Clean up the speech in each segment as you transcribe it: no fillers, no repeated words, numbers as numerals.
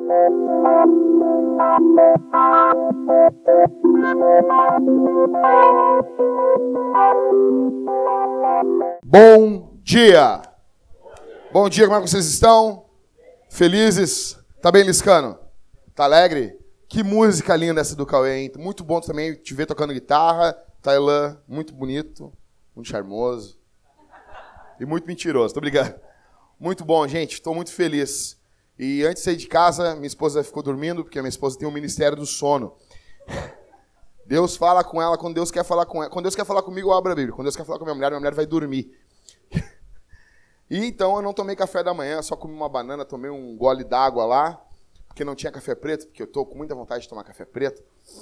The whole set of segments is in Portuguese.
Bom dia! Bom dia, como é que vocês estão? Felizes? Tá bem, Liscano? Tá alegre? Que música linda essa do Cauê, hein? Muito bom também te ver tocando guitarra. Tailã, muito bonito, muito charmoso e muito mentiroso. Tô brincando. Muito bom, gente. Estou muito feliz. E antes de sair de casa, minha esposa ficou dormindo, porque a minha esposa tem um ministério do sono. Deus fala com ela quando Deus quer falar com ela. Quando Deus quer falar comigo, eu abro a Bíblia. Quando Deus quer falar com minha mulher vai dormir. E então eu não tomei café da manhã, só comi uma banana, tomei um gole d'água lá, porque não tinha café preto, porque eu estou com muita vontade de tomar café preto.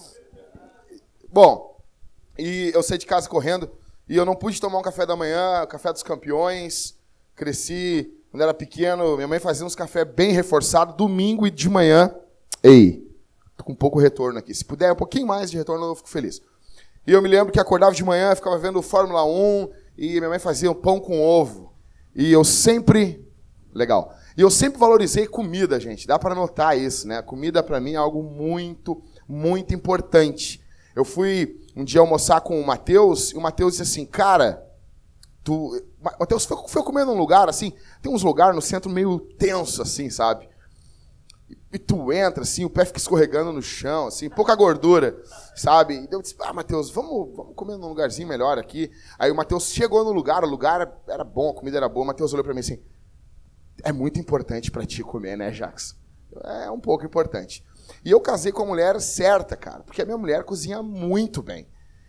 Bom, e eu saí de casa correndo, e eu não pude tomar um café da manhã, café dos campeões. Cresci, quando era pequeno, minha mãe fazia uns cafés bem reforçados, domingo e de manhã. Ei, tô com pouco retorno aqui. Se puder um pouquinho mais de retorno, eu fico feliz. E eu me lembro que acordava de manhã, ficava vendo Fórmula 1, e minha mãe fazia um pão com ovo. E eu sempre... Legal. E eu sempre valorizei comida, gente. Dá para notar isso, né? A comida, para mim, é algo muito, muito importante. Eu fui um dia almoçar com o Matheus, e o Matheus disse assim, cara, Matheus foi comer num lugar, assim, tem uns lugares no centro meio tenso, assim, sabe? E tu entra, assim, o pé fica escorregando no chão, assim, pouca gordura, sabe? E eu disse, Matheus, vamos comer num lugarzinho melhor aqui. Aí o Matheus chegou no lugar, o lugar era bom, a comida era boa, o Matheus olhou pra mim assim, é muito importante pra ti comer, né, Jax? É um pouco importante. E eu casei com a mulher certa, cara, porque a minha mulher cozinha muito bem.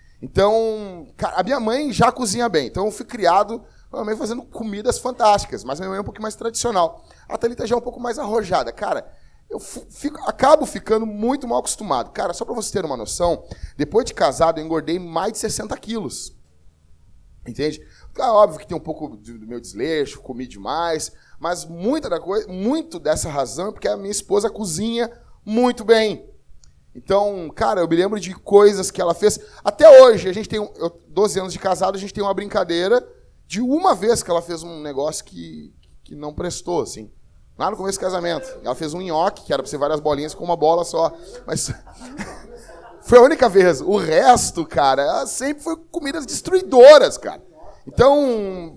Então, cara, a minha mãe já cozinha bem, então eu fui criado com a minha mãe fazendo comidas fantásticas, mas a minha mãe é um pouquinho mais tradicional. A Thalita já é um pouco mais arrojada. Cara, eu acabo ficando muito mal acostumado. Cara, só para você ter uma noção, depois de casado eu engordei mais de 60 quilos. Entende? É óbvio que tem um pouco do meu desleixo, comi demais, mas muito dessa razão é porque a minha esposa cozinha muito bem. Então, cara, eu me lembro de coisas que ela fez. Até hoje, a gente tem 12 anos de casado, a gente tem uma brincadeira de uma vez que ela fez um negócio que não prestou, assim. Lá no começo do casamento. Ela fez um nhoque, que era pra ser várias bolinhas com uma bola só. Mas foi a única vez. O resto, cara, sempre foi comidas destruidoras, cara. Então,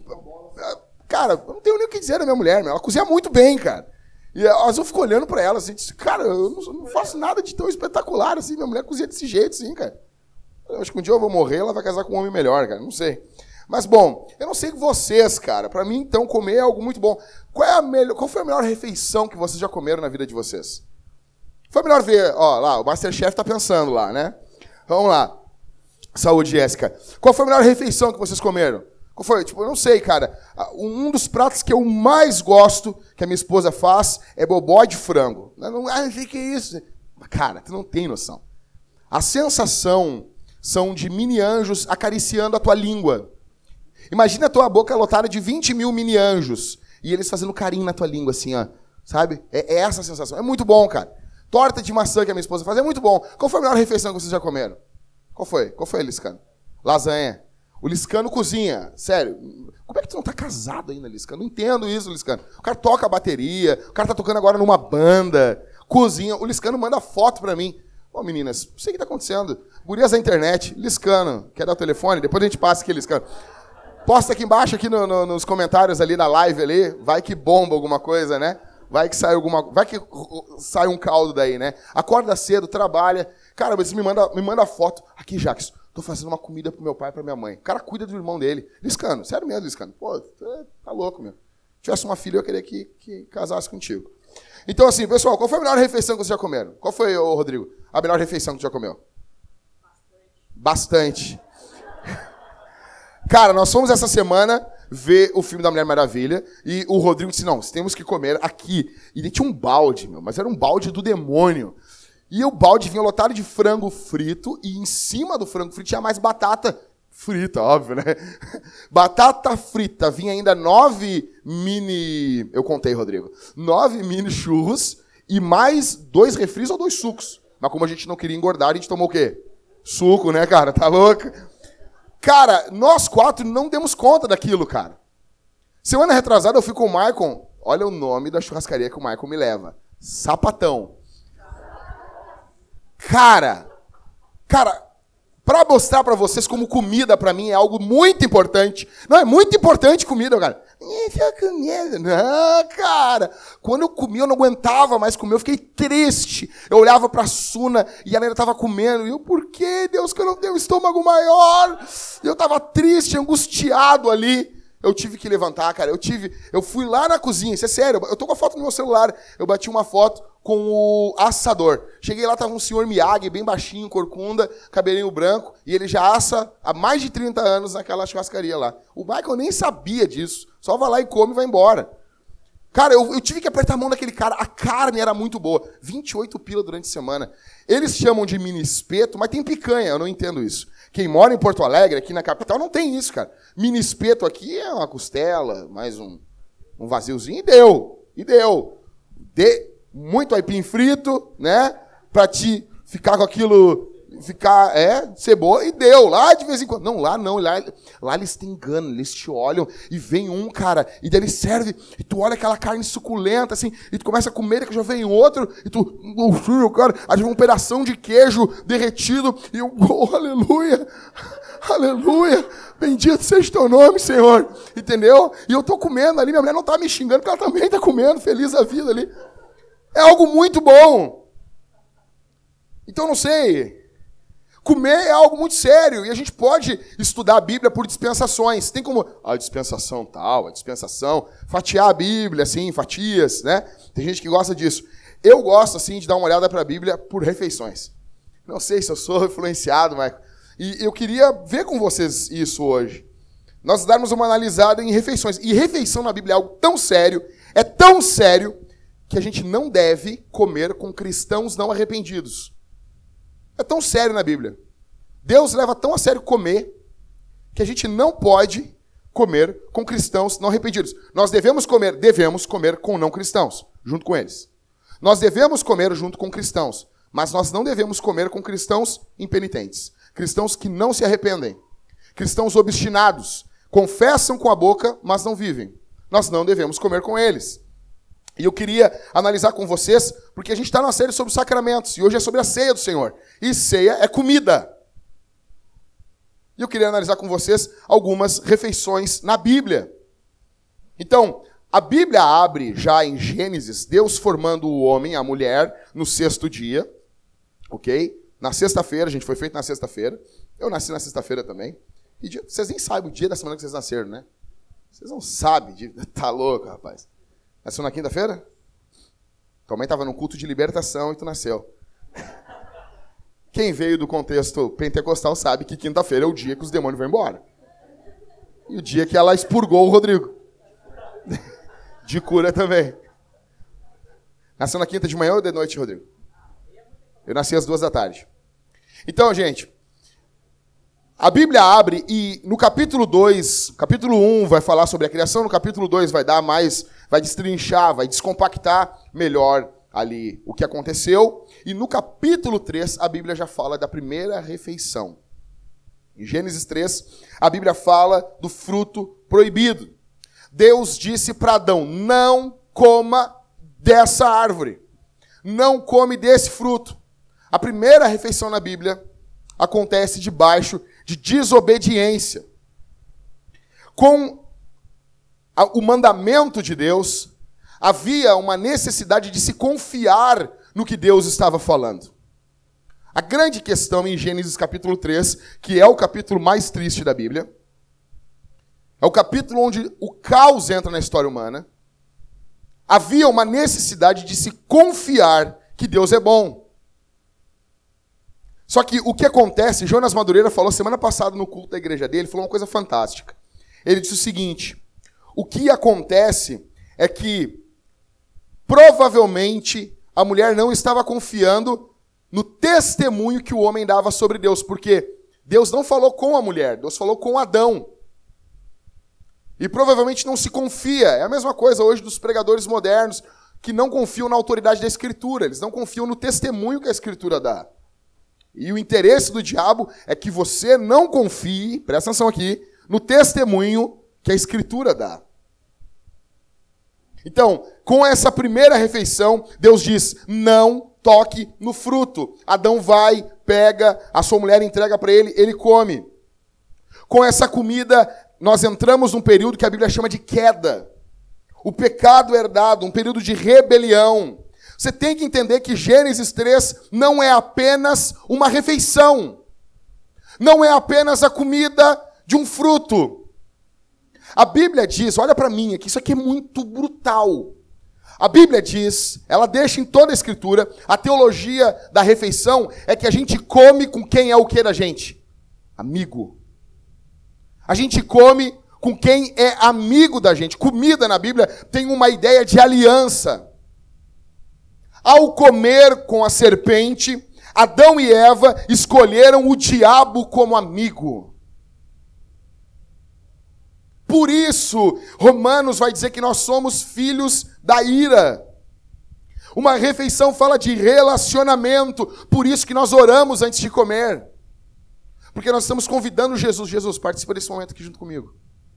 cara, eu não tenho nem o que dizer da minha mulher, meu. Ela cozinha muito bem, cara. E às vezes eu fico olhando pra ela assim, cara, eu não faço nada de tão espetacular assim, minha mulher cozinha desse jeito, assim, cara. Eu acho que um dia eu vou morrer, ela vai casar com um homem melhor, cara, não sei. Mas, bom, eu não sei vocês, cara, pra mim, então, comer é algo muito bom. Qual foi a melhor refeição que vocês já comeram na vida de vocês? Foi melhor ver, ó, lá, o Masterchef tá pensando lá, né? Vamos lá. Saúde, Jéssica. Qual foi a melhor refeição que vocês comeram? Qual foi? Tipo, eu não sei, cara. Um dos pratos que eu mais gosto que a minha esposa faz é bobó de frango. Não sei o que é isso. Cara, tu não tem noção. A sensação são de mini anjos acariciando a tua língua. Imagina a tua boca lotada de 20 mil mini anjos e eles fazendo carinho na tua língua, assim, ó. Sabe? É essa a sensação. É muito bom, cara. Torta de maçã que a minha esposa faz é muito bom. Qual foi a melhor refeição que vocês já comeram? Qual foi? Qual foi, Liscano? Lasanha. O Liscano cozinha. Sério. Como é que tu não tá casado ainda, Liscano? Não entendo isso, Liscano. O cara toca a bateria, o cara tá tocando agora numa banda, cozinha. O Liscano manda foto pra mim. Ô, meninas, não sei o que tá acontecendo. Gurias da internet. Liscano, quer dar o telefone? Depois a gente passa aqui, Liscano. Posta aqui embaixo, aqui nos comentários ali na live ali. Vai que bomba alguma coisa, né? Vai que sai um caldo daí, né? Acorda cedo, trabalha. Cara, você me manda foto. Aqui, Jackson. Tô fazendo uma comida pro meu pai e pra minha mãe. O cara cuida do irmão dele. Liscano, sério mesmo, Liscano. Pô, tá louco, meu. Se tivesse uma filha, eu queria que casasse contigo. Então, assim, pessoal, qual foi a melhor refeição que vocês já comeram? Qual foi, Rodrigo, a melhor refeição que você já comeu? Bastante. Cara, nós fomos essa semana ver o filme da Mulher Maravilha e o Rodrigo disse, não, temos que comer aqui. E ele tinha um balde, meu, mas era um balde do demônio. E o balde vinha lotado de frango frito e em cima do frango frito tinha mais batata frita, óbvio, né? Batata frita. Vinha ainda 9 mini... Eu contei, Rodrigo. 9 mini churros e mais 2 refris ou 2 sucos. Mas como a gente não queria engordar, a gente tomou o quê? Suco, né, cara? Tá louco? Cara, nós 4 não demos conta daquilo, cara. Semana retrasada eu fui com o Maicon. Olha o nome da churrascaria que o Maicon me leva. Sapatão. Cara, para mostrar para vocês como comida para mim é algo muito importante. Não, é muito importante comida, cara. Não, cara. Quando eu comi, eu não aguentava mais comer. Eu fiquei triste. Eu olhava pra Suna e ela ainda estava comendo. E eu, por que, Deus, que eu não tenho um estômago maior? E eu estava triste, angustiado ali. Eu tive que levantar, cara. Eu fui lá na cozinha. Isso é sério. Eu tô com a foto no meu celular. Eu bati uma foto com o assador. Cheguei lá, tava um senhor Miyagi, bem baixinho, corcunda, cabelinho branco, e ele já assa há mais de 30 anos naquela churrascaria lá. O Michael nem sabia disso. Só vai lá e come e vai embora. Cara, eu tive que apertar a mão daquele cara. A carne era muito boa. 28 pila durante a semana. Eles chamam de mini espeto, mas tem picanha. Eu não entendo isso. Quem mora em Porto Alegre, aqui na capital, não tem isso, cara. Mini espeto aqui é uma costela, mais um vaziozinho, e deu. Muito aipim frito, né? Pra te ficar com aquilo, cebola, e deu. Lá de vez em quando. Não, lá não. Lá eles te enganam, eles te olham, e vem um, cara, e daí ele serve, e tu olha aquela carne suculenta, assim, e tu começa a comer, daqui já vem outro, e tu, cara, aí vem um pedação de queijo derretido, e eu, aleluia, aleluia, bendito seja o teu nome, Senhor, entendeu? E eu tô comendo ali, minha mulher não tá me xingando, porque ela também tá comendo, feliz a vida ali. É algo muito bom. Então, não sei. Comer é algo muito sério. E a gente pode estudar a Bíblia por dispensações. Tem como a dispensação tal, a dispensação. Fatiar a Bíblia, assim, fatias, né? Tem gente que gosta disso. Eu gosto, assim, de dar uma olhada para a Bíblia por refeições. Não sei se eu sou influenciado, mas... E eu queria ver com vocês isso hoje. Nós darmos uma analisada em refeições. E refeição na Bíblia é algo tão sério, é tão sério, que a gente não deve comer com cristãos não arrependidos. É tão sério na Bíblia. Deus leva tão a sério comer, que a gente não pode comer com cristãos não arrependidos. Nós devemos comer com não cristãos, junto com eles. Nós devemos comer junto com cristãos, mas nós não devemos comer com cristãos impenitentes. Cristãos que não se arrependem. Cristãos obstinados. Confessam com a boca, mas não vivem. Nós não devemos comer com eles. E eu queria analisar com vocês, porque a gente está numa série sobre sacramentos, e hoje é sobre a ceia do Senhor. E ceia é comida. E eu queria analisar com vocês algumas refeições na Bíblia. Então, a Bíblia abre já em Gênesis, Deus formando o homem, a mulher, no 6º dia. Ok? Na sexta-feira, a gente foi feito na sexta-feira. Eu nasci na sexta-feira também. E vocês nem sabem o dia da semana que vocês nasceram, né? Vocês não sabem. Tá louco, rapaz. Nasceu na quinta-feira? Tua mãe estava num culto de libertação e tu nasceu. Quem veio do contexto pentecostal sabe que quinta-feira é o dia que os demônios vão embora. E o dia que ela expurgou o Rodrigo. De cura também. Nasceu na quinta de manhã ou de noite, Rodrigo? Eu nasci às 2h. Então, gente, a Bíblia abre e no capítulo 2, capítulo 1 vai falar sobre a criação, no capítulo 2 vai dar mais, vai destrinchar, vai descompactar melhor ali o que aconteceu. E no capítulo 3, a Bíblia já fala da primeira refeição. Em Gênesis 3, a Bíblia fala do fruto proibido. Deus disse para Adão, não coma dessa árvore. Não come desse fruto. A primeira refeição na Bíblia acontece debaixo de desobediência. Com o mandamento de Deus, havia uma necessidade de se confiar no que Deus estava falando. A grande questão em Gênesis capítulo 3, que é o capítulo mais triste da Bíblia, é o capítulo onde o caos entra na história humana, havia uma necessidade de se confiar que Deus é bom. Só que o que acontece, Jonas Madureira falou semana passada no culto da igreja dele, falou uma coisa fantástica. Ele disse o seguinte, o que acontece é que provavelmente a mulher não estava confiando no testemunho que o homem dava sobre Deus, porque Deus não falou com a mulher, Deus falou com Adão. E provavelmente não se confia. É a mesma coisa hoje dos pregadores modernos que não confiam na autoridade da Escritura, eles não confiam no testemunho que a Escritura dá. E o interesse do diabo é que você não confie, presta atenção aqui, no testemunho que a Escritura dá. Então, com essa primeira refeição, Deus diz, não toque no fruto. Adão vai, pega, a sua mulher entrega para ele, ele come. Com essa comida, nós entramos num período que a Bíblia chama de queda. O pecado herdado, um período de rebelião. Você tem que entender que Gênesis 3 não é apenas uma refeição. Não é apenas a comida de um fruto. A Bíblia diz, olha para mim aqui, isso aqui é muito brutal. A Bíblia diz, ela deixa em toda a Escritura, a teologia da refeição é que a gente come com quem é o que da gente? Amigo. A gente come com quem é amigo da gente. Comida na Bíblia tem uma ideia de aliança. Ao comer com a serpente, Adão e Eva escolheram o diabo como amigo. Por isso, Romanos vai dizer que nós somos filhos da ira. Uma refeição fala de relacionamento, por isso que nós oramos antes de comer. Porque nós estamos convidando Jesus. Jesus, participa desse momento aqui junto comigo.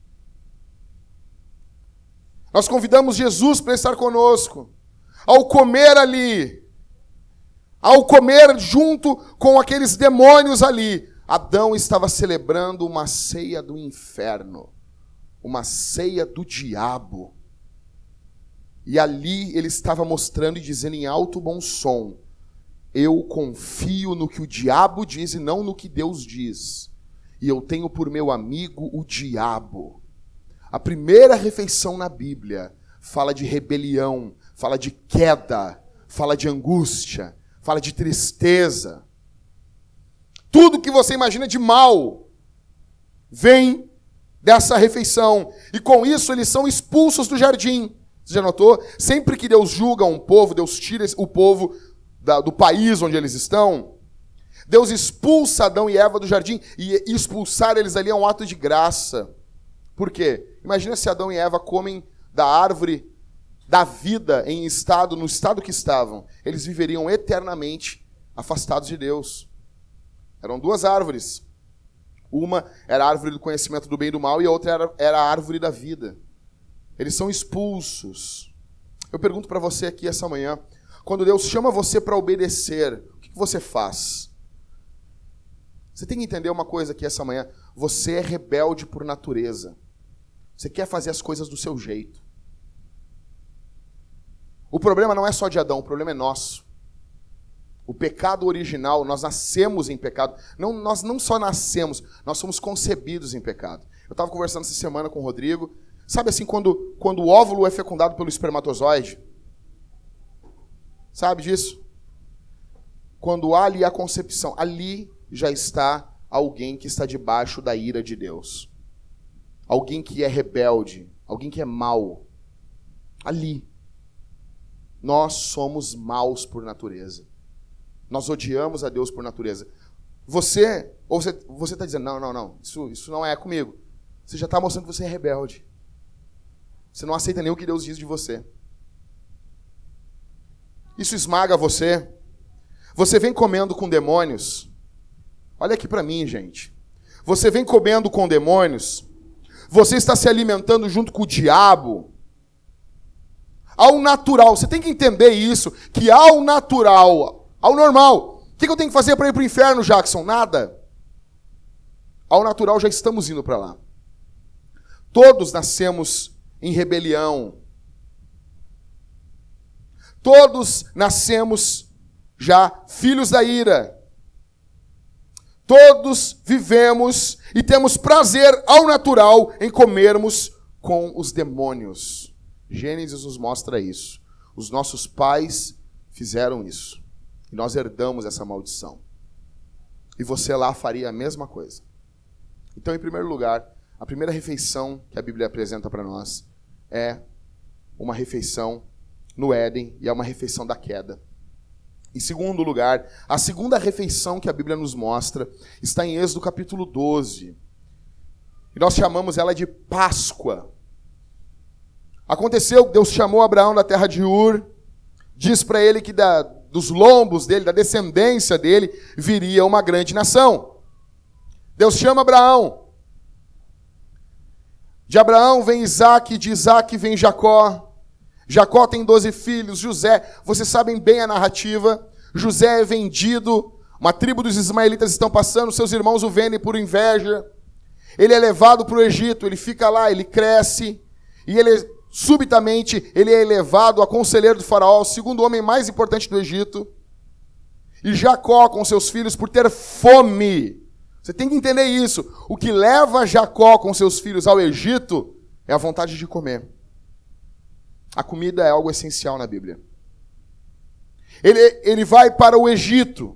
Nós convidamos Jesus para estar conosco. Ao comer ali, ao comer junto com aqueles demônios ali, Adão estava celebrando uma ceia do inferno. Uma ceia do diabo. E ali ele estava mostrando e dizendo em alto bom som, eu confio no que o diabo diz e não no que Deus diz. E eu tenho por meu amigo o diabo. A primeira refeição na Bíblia fala de rebelião, fala de queda, fala de angústia, fala de tristeza. Tudo que você imagina de mal vem dessa refeição. E com isso eles são expulsos do jardim. Você já notou? Sempre que Deus julga um povo, Deus tira o povo do país onde eles estão, Deus expulsa Adão e Eva do jardim. E expulsar eles ali é um ato de graça. Por quê? Imagina se Adão e Eva comem da árvore da vida no estado que estavam. Eles viveriam eternamente afastados de Deus. Eram duas árvores. Uma era a árvore do conhecimento do bem e do mal e a outra era a árvore da vida. Eles são expulsos. Eu pergunto para você aqui essa manhã, quando Deus chama você para obedecer, o que você faz? Você tem que entender uma coisa aqui essa manhã. Você é rebelde por natureza. Você quer fazer as coisas do seu jeito. O problema não é só de Adão, o problema é nosso. O pecado original, nós nascemos em pecado. Nós não só nascemos, nós somos concebidos em pecado. Eu estava conversando essa semana com o Rodrigo. Sabe assim, quando o óvulo é fecundado pelo espermatozoide? Sabe disso? Quando há ali a concepção, ali já está alguém que está debaixo da ira de Deus. Alguém que é rebelde, alguém que é mau. Ali. Nós somos maus por natureza. Nós odiamos a Deus por natureza. Você está dizendo, não, isso não é comigo. Você já está mostrando que você é rebelde. Você não aceita nem o que Deus diz de você. Isso esmaga você. Você vem comendo com demônios. Olha aqui para mim, gente. Você vem comendo com demônios. Você está se alimentando junto com o diabo. Ao natural, você tem que entender isso, que ao natural, ao normal, o que eu tenho que fazer para ir para o inferno, Jackson? Nada. Ao natural já estamos indo para lá. Todos nascemos em rebelião. Todos nascemos já filhos da ira. Todos vivemos e temos prazer ao natural em comermos com os demônios. Gênesis nos mostra isso. Os nossos pais fizeram isso. E nós herdamos essa maldição. E você lá faria a mesma coisa. Então, em primeiro lugar, a primeira refeição que a Bíblia apresenta para nós é uma refeição no Éden e é uma refeição da queda. Em segundo lugar, a segunda refeição que a Bíblia nos mostra está em Êxodo capítulo 12. E nós chamamos ela de Páscoa. Aconteceu que Deus chamou Abraão da terra de Ur, diz para ele que dos lombos dele, da descendência dele, viria uma grande nação. Deus chama Abraão. De Abraão vem Isaque, de Isaque vem Jacó. Jacó tem 12 filhos, José, vocês sabem bem a narrativa. José é vendido, uma tribo dos ismaelitas estão passando, seus irmãos o vendem por inveja. Ele é levado para o Egito, ele fica lá, ele cresce, e subitamente ele é elevado a conselheiro do faraó, o segundo homem mais importante do Egito. E Jacó com seus filhos, por ter fome, você tem que entender isso, o que leva Jacó com seus filhos ao Egito é a vontade de comer. A comida é algo essencial na Bíblia. Ele vai para o Egito.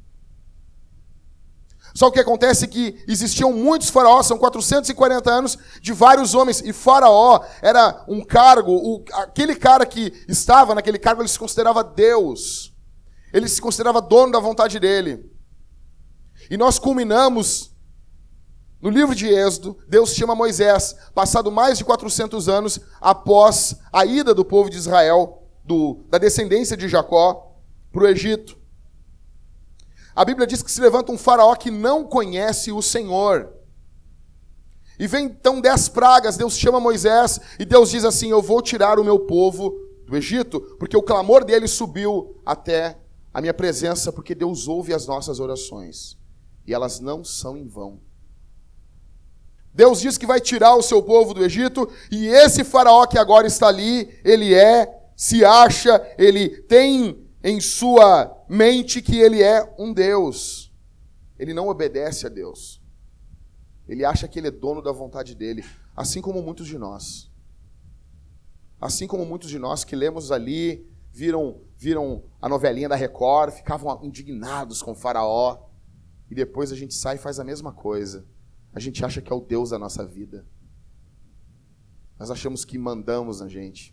Só que acontece é que existiam muitos faraós, são 440 anos de vários homens, e faraó era um cargo, aquele cara que estava naquele cargo, ele se considerava Deus. Ele se considerava dono da vontade dele. E nós culminamos no livro de Êxodo. Deus chama Moisés, passado mais de 400 anos após a ida do povo de Israel, da descendência de Jacó, para o Egito. A Bíblia diz que se levanta um faraó que não conhece o Senhor. E vem então 10 pragas, Deus chama Moisés, e Deus diz assim: eu vou tirar o meu povo do Egito, porque o clamor dele subiu até a minha presença, porque Deus ouve as nossas orações, e elas não são em vão. Deus diz que vai tirar o seu povo do Egito, e esse faraó que agora está ali, se acha, ele tem em sua mente que ele é um Deus. Ele não obedece a Deus. Ele acha que ele é dono da vontade dele, assim como muitos de nós. Assim como muitos de nós que lemos ali, viram a novelinha da Record, ficavam indignados com o faraó, e depois a gente sai e faz a mesma coisa. A gente acha que é o Deus da nossa vida. Nós achamos que mandamos na gente.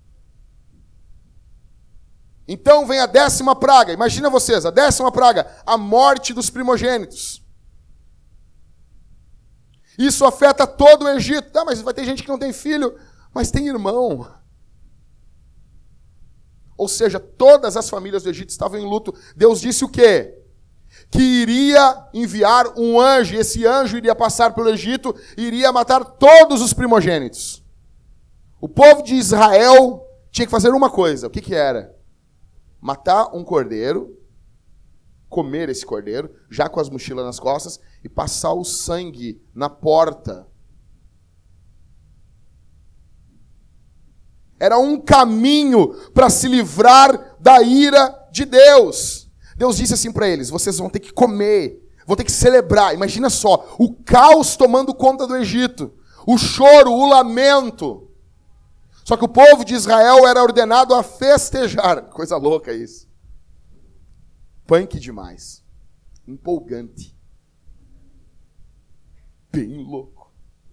Então vem a 10ª praga. Imagina vocês, a 10ª praga, a morte dos primogênitos. Isso afeta todo o Egito. Tá, mas vai ter gente que não tem filho, mas tem irmão. Ou seja, todas as famílias do Egito estavam em luto. Deus disse o quê? Que iria enviar um anjo, e esse anjo iria passar pelo Egito e iria matar todos os primogênitos. O povo de Israel tinha que fazer uma coisa. O que era? Matar um cordeiro, comer esse cordeiro, já com as mochilas nas costas, e passar o sangue na porta. Era um caminho para se livrar da ira de Deus. Deus disse assim para eles: vocês vão ter que comer, vão ter que celebrar. Imagina só, o caos tomando conta do Egito, o choro, o lamento. Só que o povo de Israel era ordenado a festejar. Coisa louca isso. Punk demais. Empolgante. Bem louco.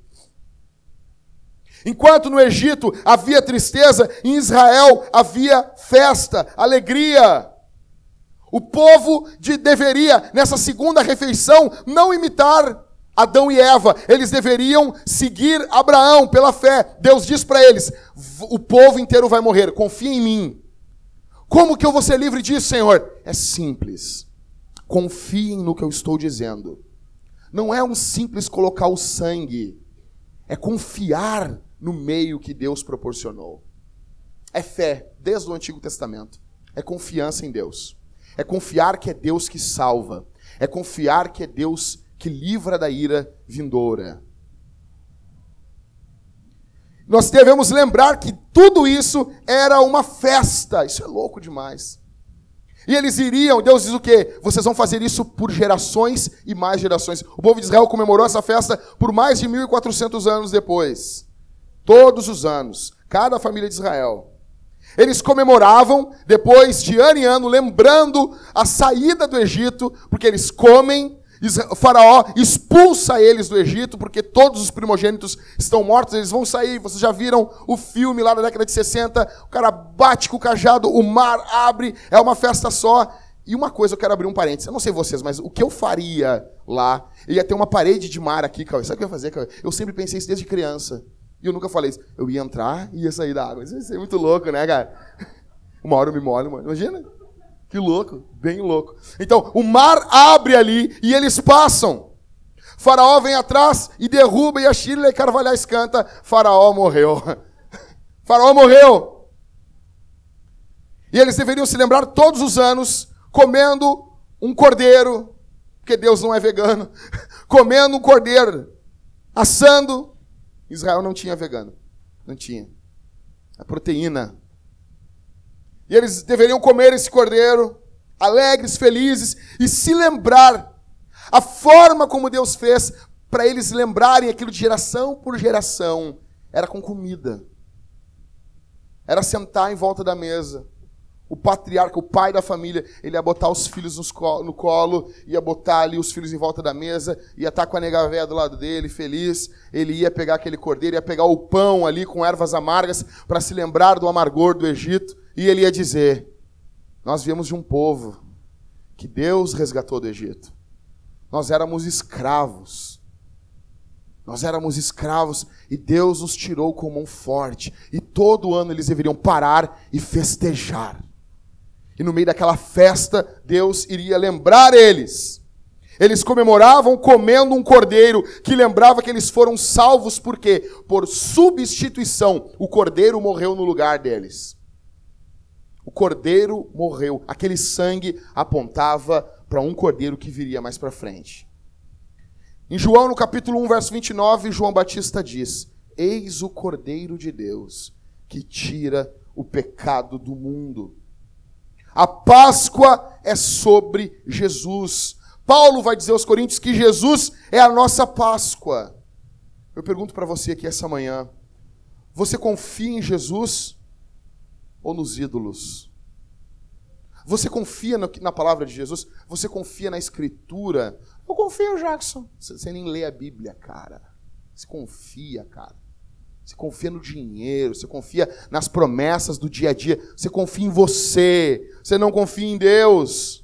Enquanto no Egito havia tristeza, em Israel havia festa, alegria. O povo deveria, nessa segunda refeição, não imitar Adão e Eva. Eles deveriam seguir Abraão pela fé. Deus diz para eles: o povo inteiro vai morrer, confia em mim. Como que eu vou ser livre disso, Senhor? É simples. Confiem no que eu estou dizendo. Não é um simples colocar o sangue. É confiar no meio que Deus proporcionou. É fé, desde o Antigo Testamento. É confiança em Deus. É confiar que é Deus que salva. É confiar que é Deus que livra da ira vindoura. Nós devemos lembrar que tudo isso era uma festa. Isso é louco demais. E eles iriam, Deus diz o quê? Vocês vão fazer isso por gerações e mais gerações. O povo de Israel comemorou essa festa por mais de 1.400 anos depois. Todos os anos. Cada família de Israel. Eles comemoravam, depois de ano em ano, lembrando a saída do Egito, porque eles comem. O faraó expulsa eles do Egito, porque todos os primogênitos estão mortos, eles vão sair. Vocês já viram o filme lá da década de 60, o cara bate com o cajado, o mar abre, é uma festa só. E uma coisa, eu quero abrir um parênteses, eu não sei vocês, mas o que eu faria lá, ia ter uma parede de mar aqui, Cauê. Sabe o que eu ia fazer, Cauê? Eu sempre pensei isso desde criança, e eu nunca falei isso. Eu ia entrar e ia sair da água. Isso ia ser muito louco, né, cara? Uma hora eu me molho, mano. Imagina. Que louco, bem louco. Então, o mar abre ali e eles passam. Faraó vem atrás e derruba, e a Shirley Carvalhais canta: Faraó morreu. Faraó morreu. E eles deveriam se lembrar todos os anos, comendo um cordeiro, porque Deus não é vegano, comendo um cordeiro, assando. Israel não tinha vegano, não tinha. A proteína. E eles deveriam comer esse cordeiro, alegres, felizes, e se lembrar a forma como Deus fez para eles lembrarem aquilo de geração por geração. Era com comida. Era sentar em volta da mesa. O patriarca, o pai da família, ele ia botar os filhos no colo, ia botar ali os filhos em volta da mesa, ia estar com a nega véia do lado dele, feliz. Ele ia pegar aquele cordeiro, ia pegar o pão ali com ervas amargas para se lembrar do amargor do Egito. E ele ia dizer, nós viemos de um povo que Deus resgatou do Egito. Nós éramos escravos. Nós éramos escravos e Deus nos tirou com mão forte. E todo ano eles deveriam parar e festejar. E no meio daquela festa, Deus iria lembrar eles. Eles comemoravam comendo um cordeiro que lembrava que eles foram salvos. Por quê? Por substituição. O cordeiro morreu no lugar deles. O cordeiro morreu. Aquele sangue apontava para um cordeiro que viria mais para frente. Em João, no capítulo 1, verso 29, João Batista diz, eis o Cordeiro de Deus que tira o pecado do mundo. A Páscoa é sobre Jesus. Paulo vai dizer aos Coríntios que Jesus é a nossa Páscoa. Eu pergunto para você aqui essa manhã, você confia em Jesus ou nos ídolos? Você confia na palavra de Jesus? Você confia na Escritura? Eu confio, Jackson. Você nem lê a Bíblia, cara. Você confia, cara. Você confia no dinheiro, você confia nas promessas do dia a dia, você confia em você, você não confia em Deus.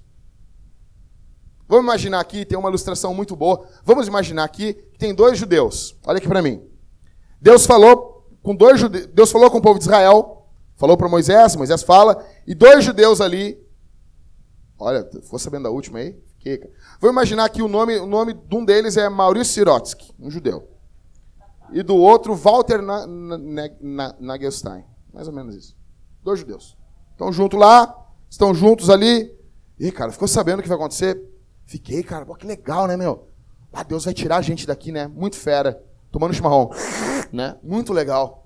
Vamos imaginar aqui, tem uma ilustração muito boa, vamos imaginar aqui que tem 2 judeus, olha aqui para mim. Deus falou com o povo de Israel, falou para Moisés, Moisés fala, e 2 judeus ali, olha, ficou sabendo da última aí? Fiquei, cara. Vamos imaginar que o nome de um deles é Maurício Sirotsky, um judeu. E do outro, Walter Nagelstein. Mais ou menos isso. 2 judeus. Estão juntos lá, estão juntos ali. E, cara, ficou sabendo o que vai acontecer? Fiquei, cara, pô, que legal, né, meu? Ah, Deus vai tirar a gente daqui, né? Muito fera. Tomando chimarrão. Né? Muito legal.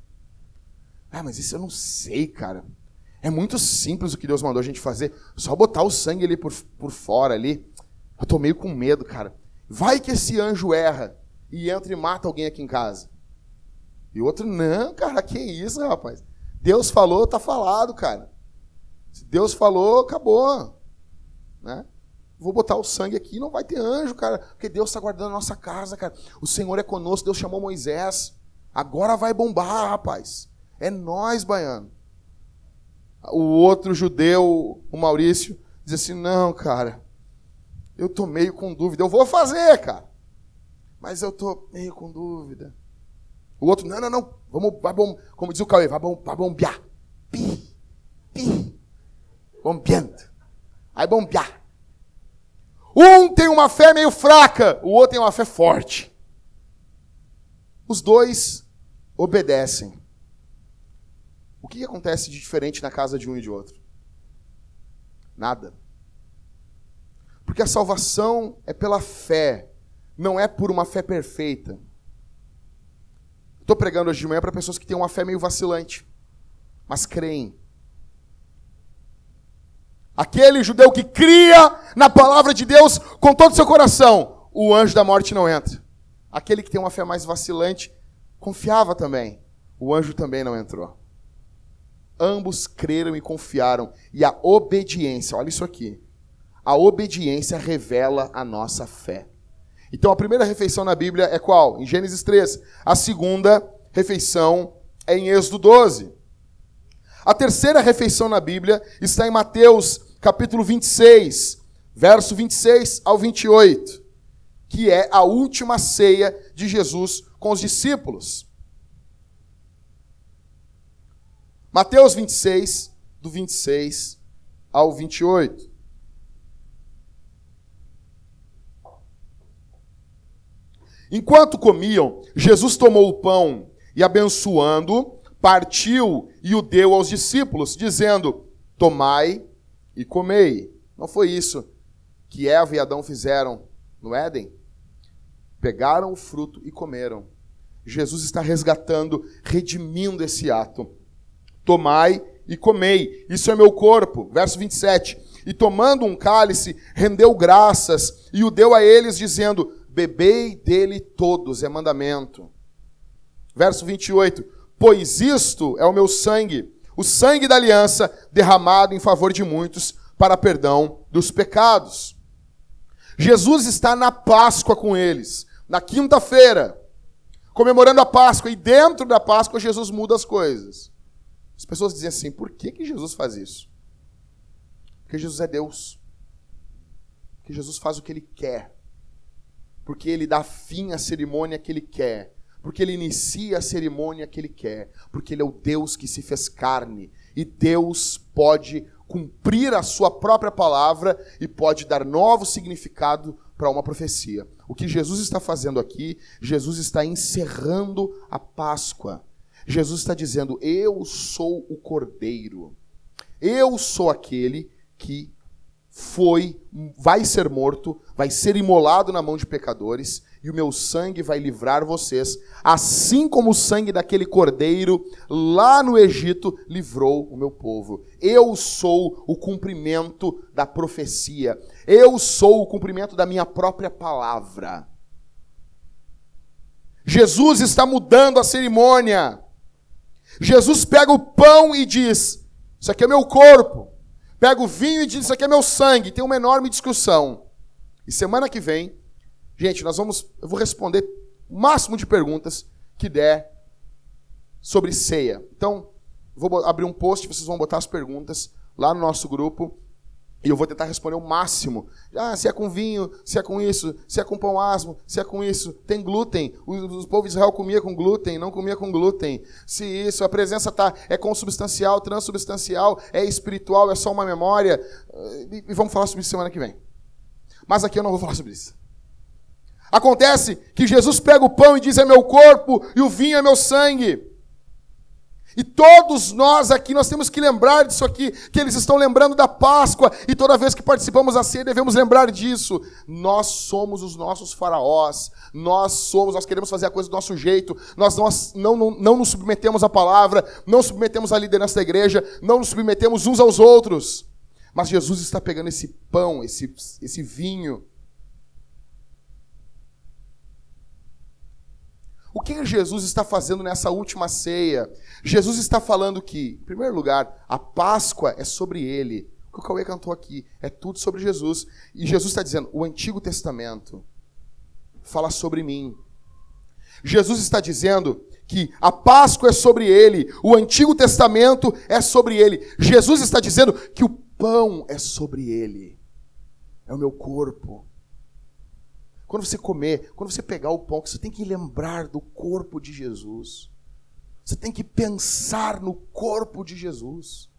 Ah, mas isso eu não sei, cara. É muito simples o que Deus mandou a gente fazer. Só botar o sangue ali por fora ali. Eu tô meio com medo, cara. Vai que esse anjo erra e entra e mata alguém aqui em casa. E o outro, não, cara, que isso, rapaz. Deus falou, tá falado, cara. Se Deus falou, acabou. Né? Vou botar o sangue aqui, não vai ter anjo, cara. Porque Deus está guardando a nossa casa, cara. O Senhor é conosco, Deus chamou Moisés. Agora vai bombar, rapaz. É nós, baiano. O outro judeu, o Maurício, diz assim, não, cara, eu tô meio com dúvida. Eu vou fazer, cara. Mas eu tô meio com dúvida. O outro, não. Como diz o Cauê, vai bombear. Bombeando. Vai bombear. Um tem uma fé meio fraca, o outro tem uma fé forte. Os 2 obedecem. O que acontece de diferente na casa de um e de outro? Nada. Porque a salvação é pela fé, não é por uma fé perfeita. Estou pregando hoje de manhã para pessoas que têm uma fé meio vacilante, mas creem. Aquele judeu que cria na palavra de Deus com todo o seu coração, o anjo da morte não entra. Aquele que tem uma fé mais vacilante, confiava também, o anjo também não entrou. Ambos creram e confiaram. E a obediência, olha isso aqui. A obediência revela a nossa fé. Então a primeira refeição na Bíblia é qual? Em Gênesis 3. A segunda refeição é em Êxodo 12. A terceira refeição na Bíblia está em Mateus capítulo 26, verso 26 ao 28, que é a última ceia de Jesus com os discípulos. Mateus 26, do 26 ao 28. Enquanto comiam, Jesus tomou o pão e, abençoando, partiu e o deu aos discípulos, dizendo, tomai e comei. Não foi isso que Eva e Adão fizeram no Éden? Pegaram o fruto e comeram. Jesus está resgatando, redimindo esse ato. Tomai e comei, isso é meu corpo. Verso 27. E tomando um cálice, rendeu graças e o deu a eles, dizendo, bebei dele todos, é mandamento. Verso 28. Pois isto é o meu sangue, o sangue da aliança, derramado em favor de muitos, para perdão dos pecados. Jesus está na Páscoa com eles, na quinta-feira, comemorando a Páscoa, e dentro da Páscoa Jesus muda as coisas. As pessoas dizem assim, por que Jesus faz isso? Porque Jesus é Deus. Porque Jesus faz o que Ele quer. Porque Ele dá fim à cerimônia que Ele quer. Porque Ele inicia a cerimônia que Ele quer. Porque Ele é o Deus que se fez carne. E Deus pode cumprir a sua própria palavra e pode dar novo significado para uma profecia. O que Jesus está fazendo aqui, Jesus está encerrando a Páscoa. Jesus está dizendo, eu sou o Cordeiro. Eu sou aquele que vai ser morto, vai ser imolado na mão de pecadores, e o meu sangue vai livrar vocês, assim como o sangue daquele cordeiro lá no Egito livrou o meu povo. Eu sou o cumprimento da profecia. Eu sou o cumprimento da minha própria palavra. Jesus está mudando a cerimônia. Jesus pega o pão e diz, isso aqui é meu corpo. Pega o vinho e diz, isso aqui é meu sangue. Tem uma enorme discussão. E semana que vem, gente, eu vou responder o máximo de perguntas que der sobre ceia. Então, vou abrir um post, vocês vão botar as perguntas lá no nosso grupo. E eu vou tentar responder o máximo. Se é com vinho, se é com isso, se é com pão asmo, se é com isso. Tem glúten. O povo de Israel comia com glúten, não comia com glúten. Se isso, a presença é consubstancial, transubstancial, é espiritual, é só uma memória. E vamos falar sobre isso semana que vem. Mas aqui eu não vou falar sobre isso. Acontece que Jesus pega o pão e diz, é meu corpo, e o vinho é meu sangue. E todos nós aqui, nós temos que lembrar disso aqui, que eles estão lembrando da Páscoa, e toda vez que participamos da ceia, devemos lembrar disso. Nós somos os nossos faraós, nós queremos fazer a coisa do nosso jeito, nós não nos submetemos à palavra, não submetemos à liderança da igreja, não nos submetemos uns aos outros. Mas Jesus está pegando esse pão, esse vinho. O que Jesus está fazendo nessa última ceia? Jesus está falando que, em primeiro lugar, a Páscoa é sobre Ele. O que o Cauê cantou aqui é tudo sobre Jesus. E Jesus está dizendo, o Antigo Testamento fala sobre mim. Jesus está dizendo que a Páscoa é sobre Ele, o Antigo Testamento é sobre Ele. Jesus está dizendo que o pão é sobre Ele. É o meu corpo. Quando você comer, quando você pegar o pão, você tem que lembrar do corpo de Jesus. Você tem que pensar no corpo de Jesus.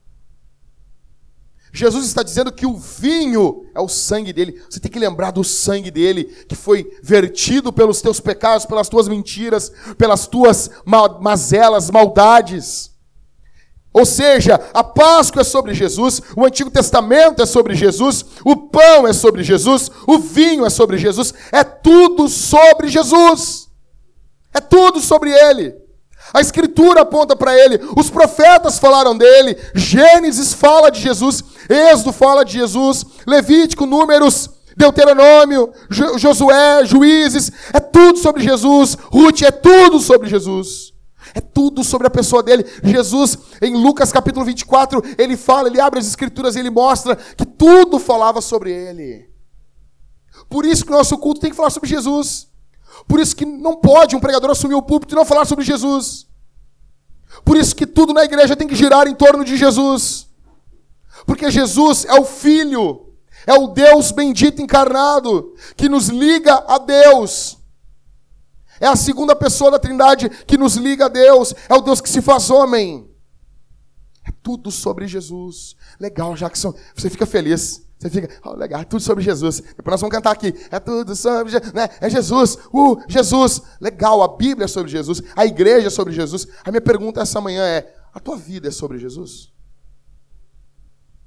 Jesus está dizendo que o vinho é o sangue dele. Você tem que lembrar do sangue dele, que foi vertido pelos teus pecados, pelas tuas mentiras, pelas tuas mazelas, maldades. Ou seja, a Páscoa é sobre Jesus, o Antigo Testamento é sobre Jesus, o pão é sobre Jesus, o vinho é sobre Jesus, é tudo sobre Jesus. É tudo sobre Ele. A Escritura aponta para Ele, os profetas falaram dele, Gênesis fala de Jesus, Êxodo fala de Jesus, Levítico, Números, Deuteronômio, Josué, Juízes, é tudo sobre Jesus, Ruth, é tudo sobre Jesus. É tudo sobre a pessoa dele. Jesus, em Lucas capítulo 24, ele fala, ele abre as Escrituras e ele mostra que tudo falava sobre ele. Por isso que o nosso culto tem que falar sobre Jesus. Por isso que não pode um pregador assumir o púlpito e não falar sobre Jesus. Por isso que tudo na igreja tem que girar em torno de Jesus. Porque Jesus é o Filho, é o Deus bendito encarnado, que nos liga a Deus. É a segunda pessoa da Trindade que nos liga a Deus. É o Deus que se faz homem. É tudo sobre Jesus. Legal, Jackson. Você fica feliz. Você fica, legal, é tudo sobre Jesus. Depois nós vamos cantar aqui. É tudo sobre Jesus. Né? É Jesus. Jesus. Legal, a Bíblia é sobre Jesus. A igreja é sobre Jesus. A minha pergunta essa manhã é, a tua vida é sobre Jesus?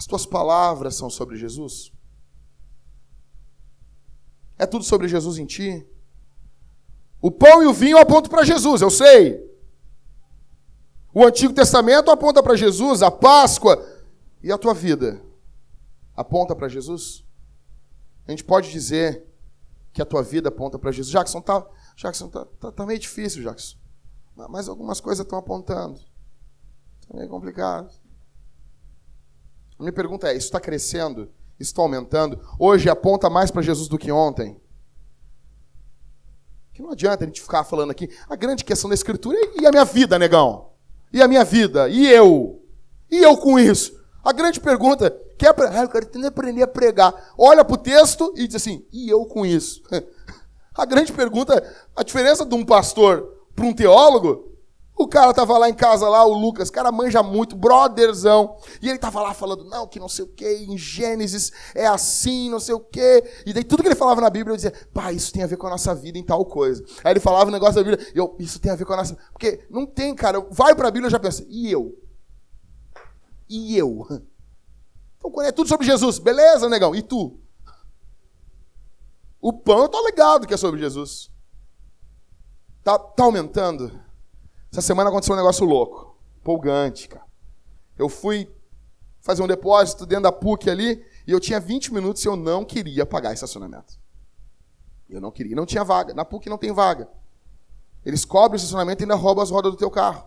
As tuas palavras são sobre Jesus? É tudo sobre Jesus em ti? O pão e o vinho apontam para Jesus, eu sei. O Antigo Testamento aponta para Jesus, a Páscoa. E a tua vida aponta para Jesus? A gente pode dizer que a tua vida aponta para Jesus. Jackson, tá meio difícil, Jackson. Mas algumas coisas estão apontando. Está meio complicado. A minha pergunta é, isso está crescendo? Isso está aumentando? Hoje aponta mais para Jesus do que ontem? Que não adianta a gente ficar falando aqui. A grande questão da Escritura é e a minha vida, negão? E a minha vida? E eu? E eu com isso? A grande pergunta, eu quero aprender a pregar. Olha para o texto e diz assim, e eu com isso? A grande pergunta, a diferença de um pastor para um teólogo, o cara estava lá em casa, lá, o Lucas, o cara manja muito, brotherzão, e ele estava lá falando, não, que não sei o que, em Gênesis é assim, não sei o que, e daí tudo que ele falava na Bíblia, eu dizia, pá, isso tem a ver com a nossa vida em tal coisa. Aí ele falava um negócio da Bíblia, isso tem a ver com a nossa... Porque não tem, cara, vai para a Bíblia e já pensa, e eu? E eu? Então, quando é tudo sobre Jesus, beleza, negão, e tu? O pão eu tô ligado que é sobre Jesus. Tá aumentando? Essa semana aconteceu um negócio louco, empolgante, cara. Eu fui fazer um depósito dentro da PUC ali, e eu tinha 20 minutos e eu não queria pagar estacionamento. Eu não queria, não tinha vaga. Na PUC não tem vaga. Eles cobrem o estacionamento e ainda roubam as rodas do teu carro.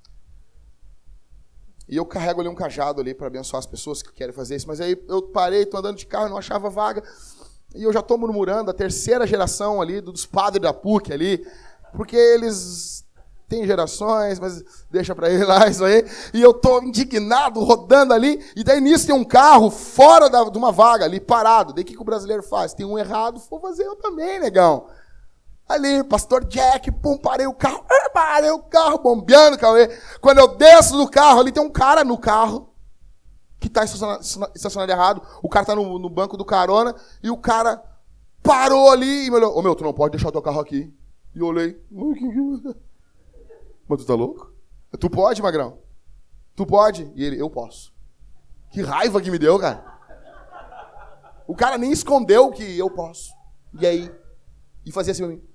E eu carrego ali um cajado ali para abençoar as pessoas que querem fazer isso. Mas aí eu parei, tô andando de carro, não achava vaga. E eu já tô murmurando, a terceira geração ali, dos padres da PUC ali, porque eles... Tem gerações, mas deixa pra ele lá, isso aí. E eu tô indignado, rodando ali. E daí nisso tem um carro fora de uma vaga ali, parado. Daí o que o brasileiro faz? Tem um errado, vou fazer eu também, negão. Ali, pastor Jack, pum, parei o carro, bombeando, Cauê. Quando eu desço do carro, ali tem um cara no carro que tá estacionado errado. O cara tá no banco do carona. E o cara parou ali e me olhou. Ô, meu, tu não pode deixar o teu carro aqui. E eu olhei. Mas tu tá louco? Tu pode, magrão? Tu pode? E ele, eu posso. Que raiva que me deu, cara. O cara nem escondeu que eu posso. E aí? E fazia assim pra mim.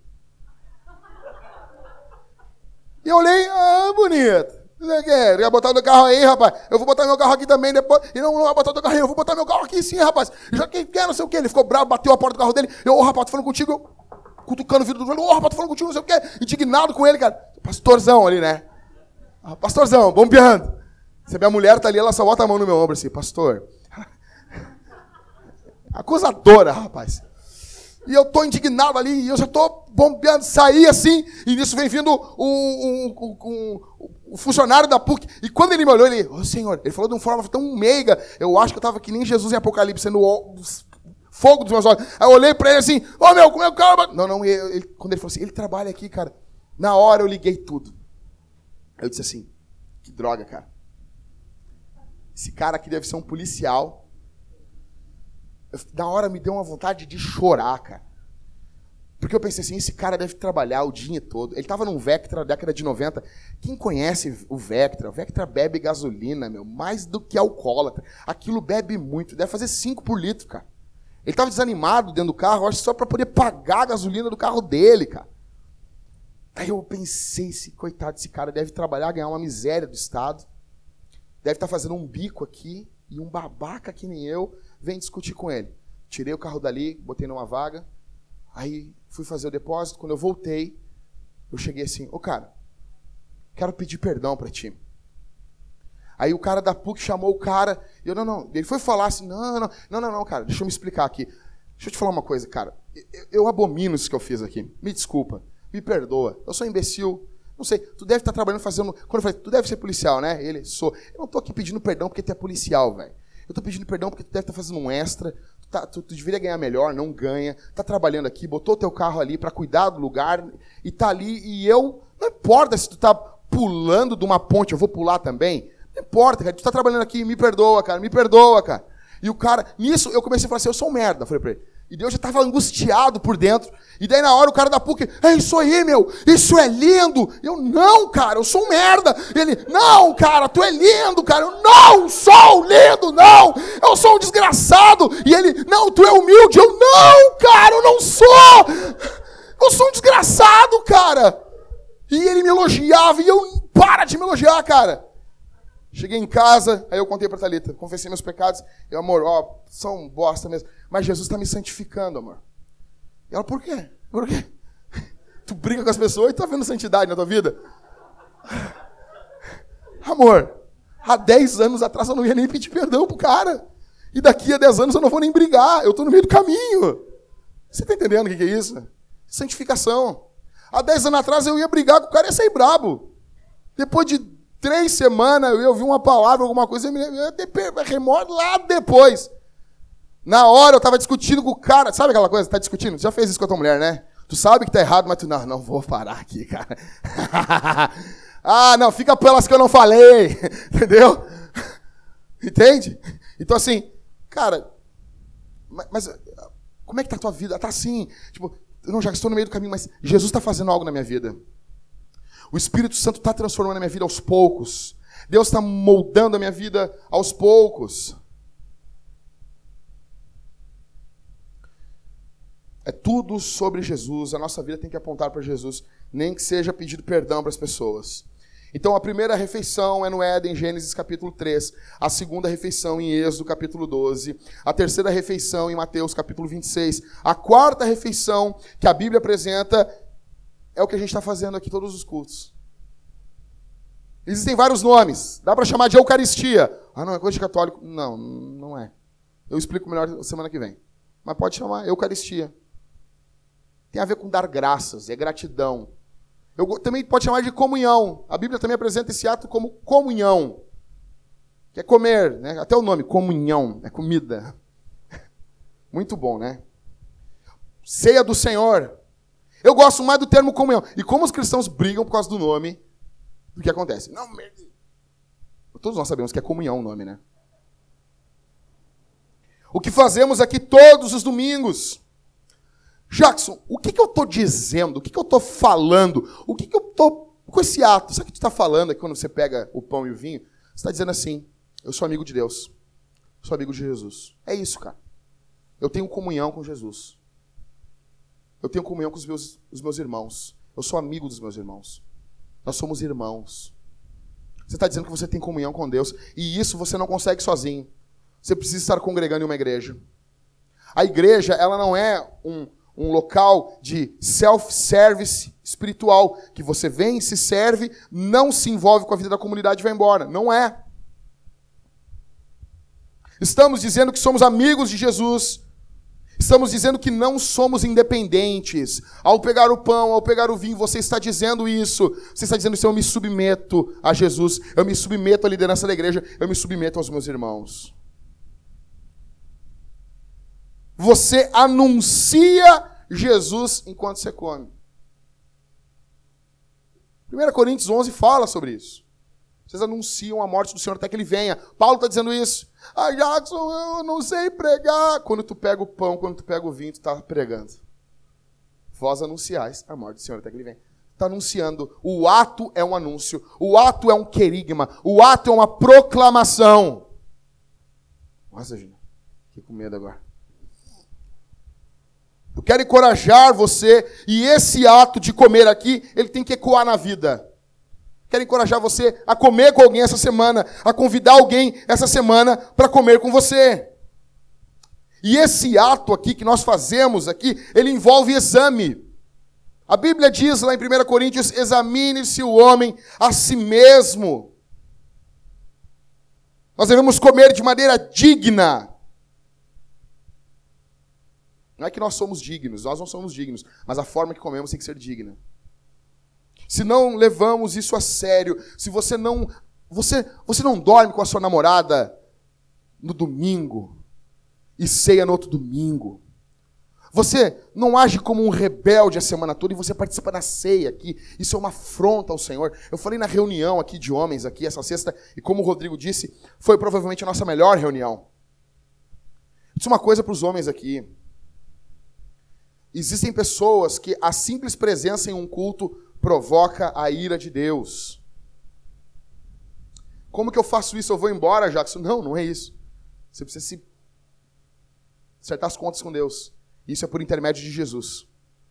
E eu olhei, bonito. Você quer botar o teu carro aí, rapaz? Eu vou botar meu carro aqui também depois. E não vai botar o teu carro aí, eu vou botar meu carro aqui sim, rapaz. Já que quer, não sei o quê. Ele ficou bravo, bateu a porta do carro dele. Eu, rapaz, tô falando contigo. Eu, cutucando o vidro do joelho. Rapaz, tô falando contigo, não sei o quê. Indignado com ele, cara. Pastorzão ali, né? Pastorzão, bombeando. Se a minha mulher tá ali, ela só bota a mão no meu ombro assim, pastor. Acusadora, rapaz. E eu tô indignado ali, e eu já tô bombeando, saí assim, e nisso vem vindo o funcionário da PUC. E quando ele me olhou, ele, Senhor, ele falou de uma forma tão meiga, eu acho que eu tava que nem Jesus em Apocalipse, sendo fogo dos meus olhos. Aí eu olhei pra ele assim, meu, como é o cara? Não, quando ele falou assim, ele trabalha aqui, cara. Na hora eu liguei tudo. Eu disse assim, que droga, cara. Esse cara aqui deve ser um policial. Na hora me deu uma vontade de chorar, cara. Porque eu pensei assim, esse cara deve trabalhar o dia todo. Ele estava num Vectra da década de 90. Quem conhece o Vectra? O Vectra bebe gasolina, meu, mais do que alcoólatra. Aquilo bebe muito, deve fazer 5 por litro, cara. Ele estava desanimado dentro do carro, acho só para poder pagar a gasolina do carro dele, cara. Aí eu pensei, coitado desse cara, deve trabalhar, ganhar uma miséria do Estado. Deve estar fazendo um bico aqui, e um babaca que nem eu vem discutir com ele. Tirei o carro dali, botei numa vaga, aí fui fazer o depósito. Quando eu voltei, eu cheguei assim, cara, quero pedir perdão para ti. Aí o cara da PUC chamou o cara, e eu, não, ele foi falar assim, não, cara, deixa eu me explicar aqui. Deixa eu te falar uma coisa, cara, eu abomino isso que eu fiz aqui, me desculpa. Me perdoa, eu sou imbecil, não sei, tu deve estar trabalhando fazendo... Quando eu falei, tu deve ser policial, né? Ele, sou. Eu não tô aqui pedindo perdão porque tu é policial, velho. Eu tô pedindo perdão porque tu deve estar fazendo um extra, tu deveria ganhar melhor, não ganha, tá trabalhando aqui, botou teu carro ali para cuidar do lugar, e tá ali, e eu... Não importa se tu tá pulando de uma ponte, eu vou pular também, não importa, cara, tu tá trabalhando aqui, me perdoa, cara. E o cara, nisso eu comecei a falar assim, eu sou um merda, falei pra ele. E Deus já estava angustiado por dentro. E daí na hora o cara da PUC, é isso aí, meu, isso é lindo. Eu, não, cara, eu sou um merda. Ele, não, cara, tu é lindo, cara. Eu não sou lindo, não. Eu sou um desgraçado. E ele, não, tu é humilde. Eu, não, cara, eu não sou. Eu sou um desgraçado, cara. E ele me elogiava e eu, para de me elogiar, cara. Cheguei em casa, aí eu contei pra Thalita, confessei meus pecados. Eu, amor, ó, são bosta mesmo. Mas Jesus está me santificando, amor. E ela, por quê? Por quê? Tu briga com as pessoas e tá vendo santidade na tua vida? Amor, há 10 anos atrás eu não ia nem pedir perdão pro cara. E daqui a 10 anos eu não vou nem brigar. Eu tô no meio do caminho. Você tá entendendo o que é isso? Santificação. Há 10 anos atrás eu ia brigar com o cara e ia sair brabo. Depois de 3 semanas eu ia ouvir uma palavra, alguma coisa, eu ia ter remorso lá depois. Na hora eu tava discutindo com o cara, sabe aquela coisa? Tá discutindo? Já fez isso com a tua mulher, né? Tu sabe que tá errado, mas tu, não vou parar aqui, cara. Ah, não, fica pelas que eu não falei. Entendeu? Entende? Então assim, cara, mas como é que tá a tua vida? Tá assim, tipo, eu não, já estou no meio do caminho, mas Jesus está fazendo algo na minha vida. O Espírito Santo está transformando a minha vida aos poucos. Deus está moldando a minha vida aos poucos. É tudo sobre Jesus. A nossa vida tem que apontar para Jesus, nem que seja pedido perdão para as pessoas. Então, a primeira refeição é no Éden, Gênesis capítulo 3. A segunda refeição em Êxodo capítulo 12. A terceira refeição em Mateus capítulo 26. A quarta refeição que a Bíblia apresenta é o que a gente está fazendo aqui todos os cultos. Existem vários nomes. Dá para chamar de Eucaristia. Ah, não, é coisa de católico. Não, não é. Eu explico melhor semana que vem. Mas pode chamar Eucaristia. Tem a ver com dar graças, é gratidão. Também pode chamar de comunhão. A Bíblia também apresenta esse ato como comunhão. Que é comer, né? Até o nome, comunhão, é comida. Muito bom, né? Ceia do Senhor. Eu gosto mais do termo comunhão. E como os cristãos brigam por causa do nome, o que acontece? Não, todos nós sabemos que é comunhão o nome, né? O que fazemos aqui todos os domingos. Jackson, o que eu estou dizendo? O que eu estou falando? O que eu estou com esse ato? Sabe o que tu está falando aqui quando você pega o pão e o vinho? Você está dizendo assim, eu sou amigo de Deus. Sou amigo de Jesus. É isso, cara. Eu tenho comunhão com Jesus. Eu tenho comunhão com os meus irmãos. Eu sou amigo dos meus irmãos. Nós somos irmãos. Você está dizendo que você tem comunhão com Deus. E isso você não consegue sozinho. Você precisa estar congregando em uma igreja. A igreja, ela não é um local de self-service espiritual, que você vem, se serve, não se envolve com a vida da comunidade e vai embora. Não é. Estamos dizendo que somos amigos de Jesus. Estamos dizendo que não somos independentes. Ao pegar o pão, ao pegar o vinho, você está dizendo isso. Você está dizendo isso, eu me submeto a Jesus, eu me submeto à liderança da igreja, eu me submeto aos meus irmãos. Você anuncia Jesus enquanto você come. 1 Coríntios 11 fala sobre isso. Vocês anunciam a morte do Senhor até que Ele venha. Paulo está dizendo isso. Ah, Jackson, eu não sei pregar. Quando tu pega o pão, quando tu pega o vinho, tu está pregando. Vós anunciais a morte do Senhor até que Ele venha. Está anunciando. O ato é um anúncio. O ato é um querigma. O ato é uma proclamação. Nossa, Júnior. Fiquei com medo agora. Eu quero encorajar você, e esse ato de comer aqui, ele tem que ecoar na vida. Quero encorajar você a comer com alguém essa semana, a convidar alguém essa semana para comer com você. E esse ato aqui que nós fazemos aqui, ele envolve exame. A Bíblia diz lá em 1 Coríntios, examine-se o homem a si mesmo. Nós devemos comer de maneira digna. Não é que nós somos dignos, nós não somos dignos, mas a forma que comemos tem que ser digna. Se não levamos isso a sério, se você não dorme com a sua namorada no domingo e ceia no outro domingo, você não age como um rebelde a semana toda e você participa da ceia aqui, isso é uma afronta ao Senhor. Eu falei na reunião aqui de homens aqui essa sexta, e como o Rodrigo disse, foi provavelmente a nossa melhor reunião. Eu disse uma coisa para os homens aqui. Existem pessoas que a simples presença em um culto provoca a ira de Deus. Como que eu faço isso? Eu vou embora, Jackson? Não, não é isso. Você precisa se acertar as contas com Deus. Isso é por intermédio de Jesus.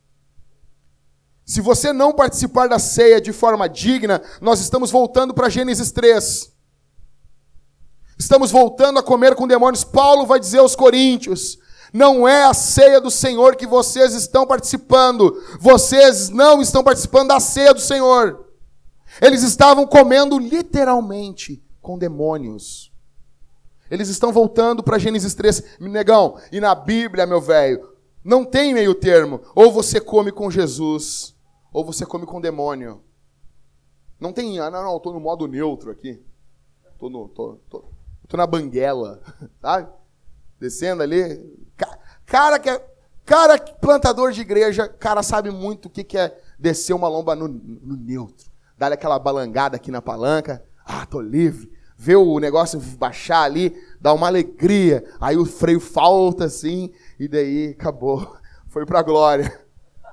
Se você não participar da ceia de forma digna, nós estamos voltando para Gênesis 3. Estamos voltando a comer com demônios. Paulo vai dizer aos coríntios, não é a ceia do Senhor que vocês estão participando. Vocês não estão participando da ceia do Senhor. Eles estavam comendo literalmente com demônios. Eles estão voltando para Gênesis 3. Negão, e na Bíblia, meu velho, não tem meio termo. Ou você come com Jesus, ou você come com demônio. Não tem, não, eu tô no modo neutro aqui. Tô na banguela, sabe? Descendo ali. Cara, plantador de igreja, cara sabe muito o que é descer uma lomba no neutro. Dar aquela balangada aqui na palanca. Ah, tô livre. Ver o negócio baixar ali, dá uma alegria. Aí o freio falta assim, e daí acabou. Foi pra glória.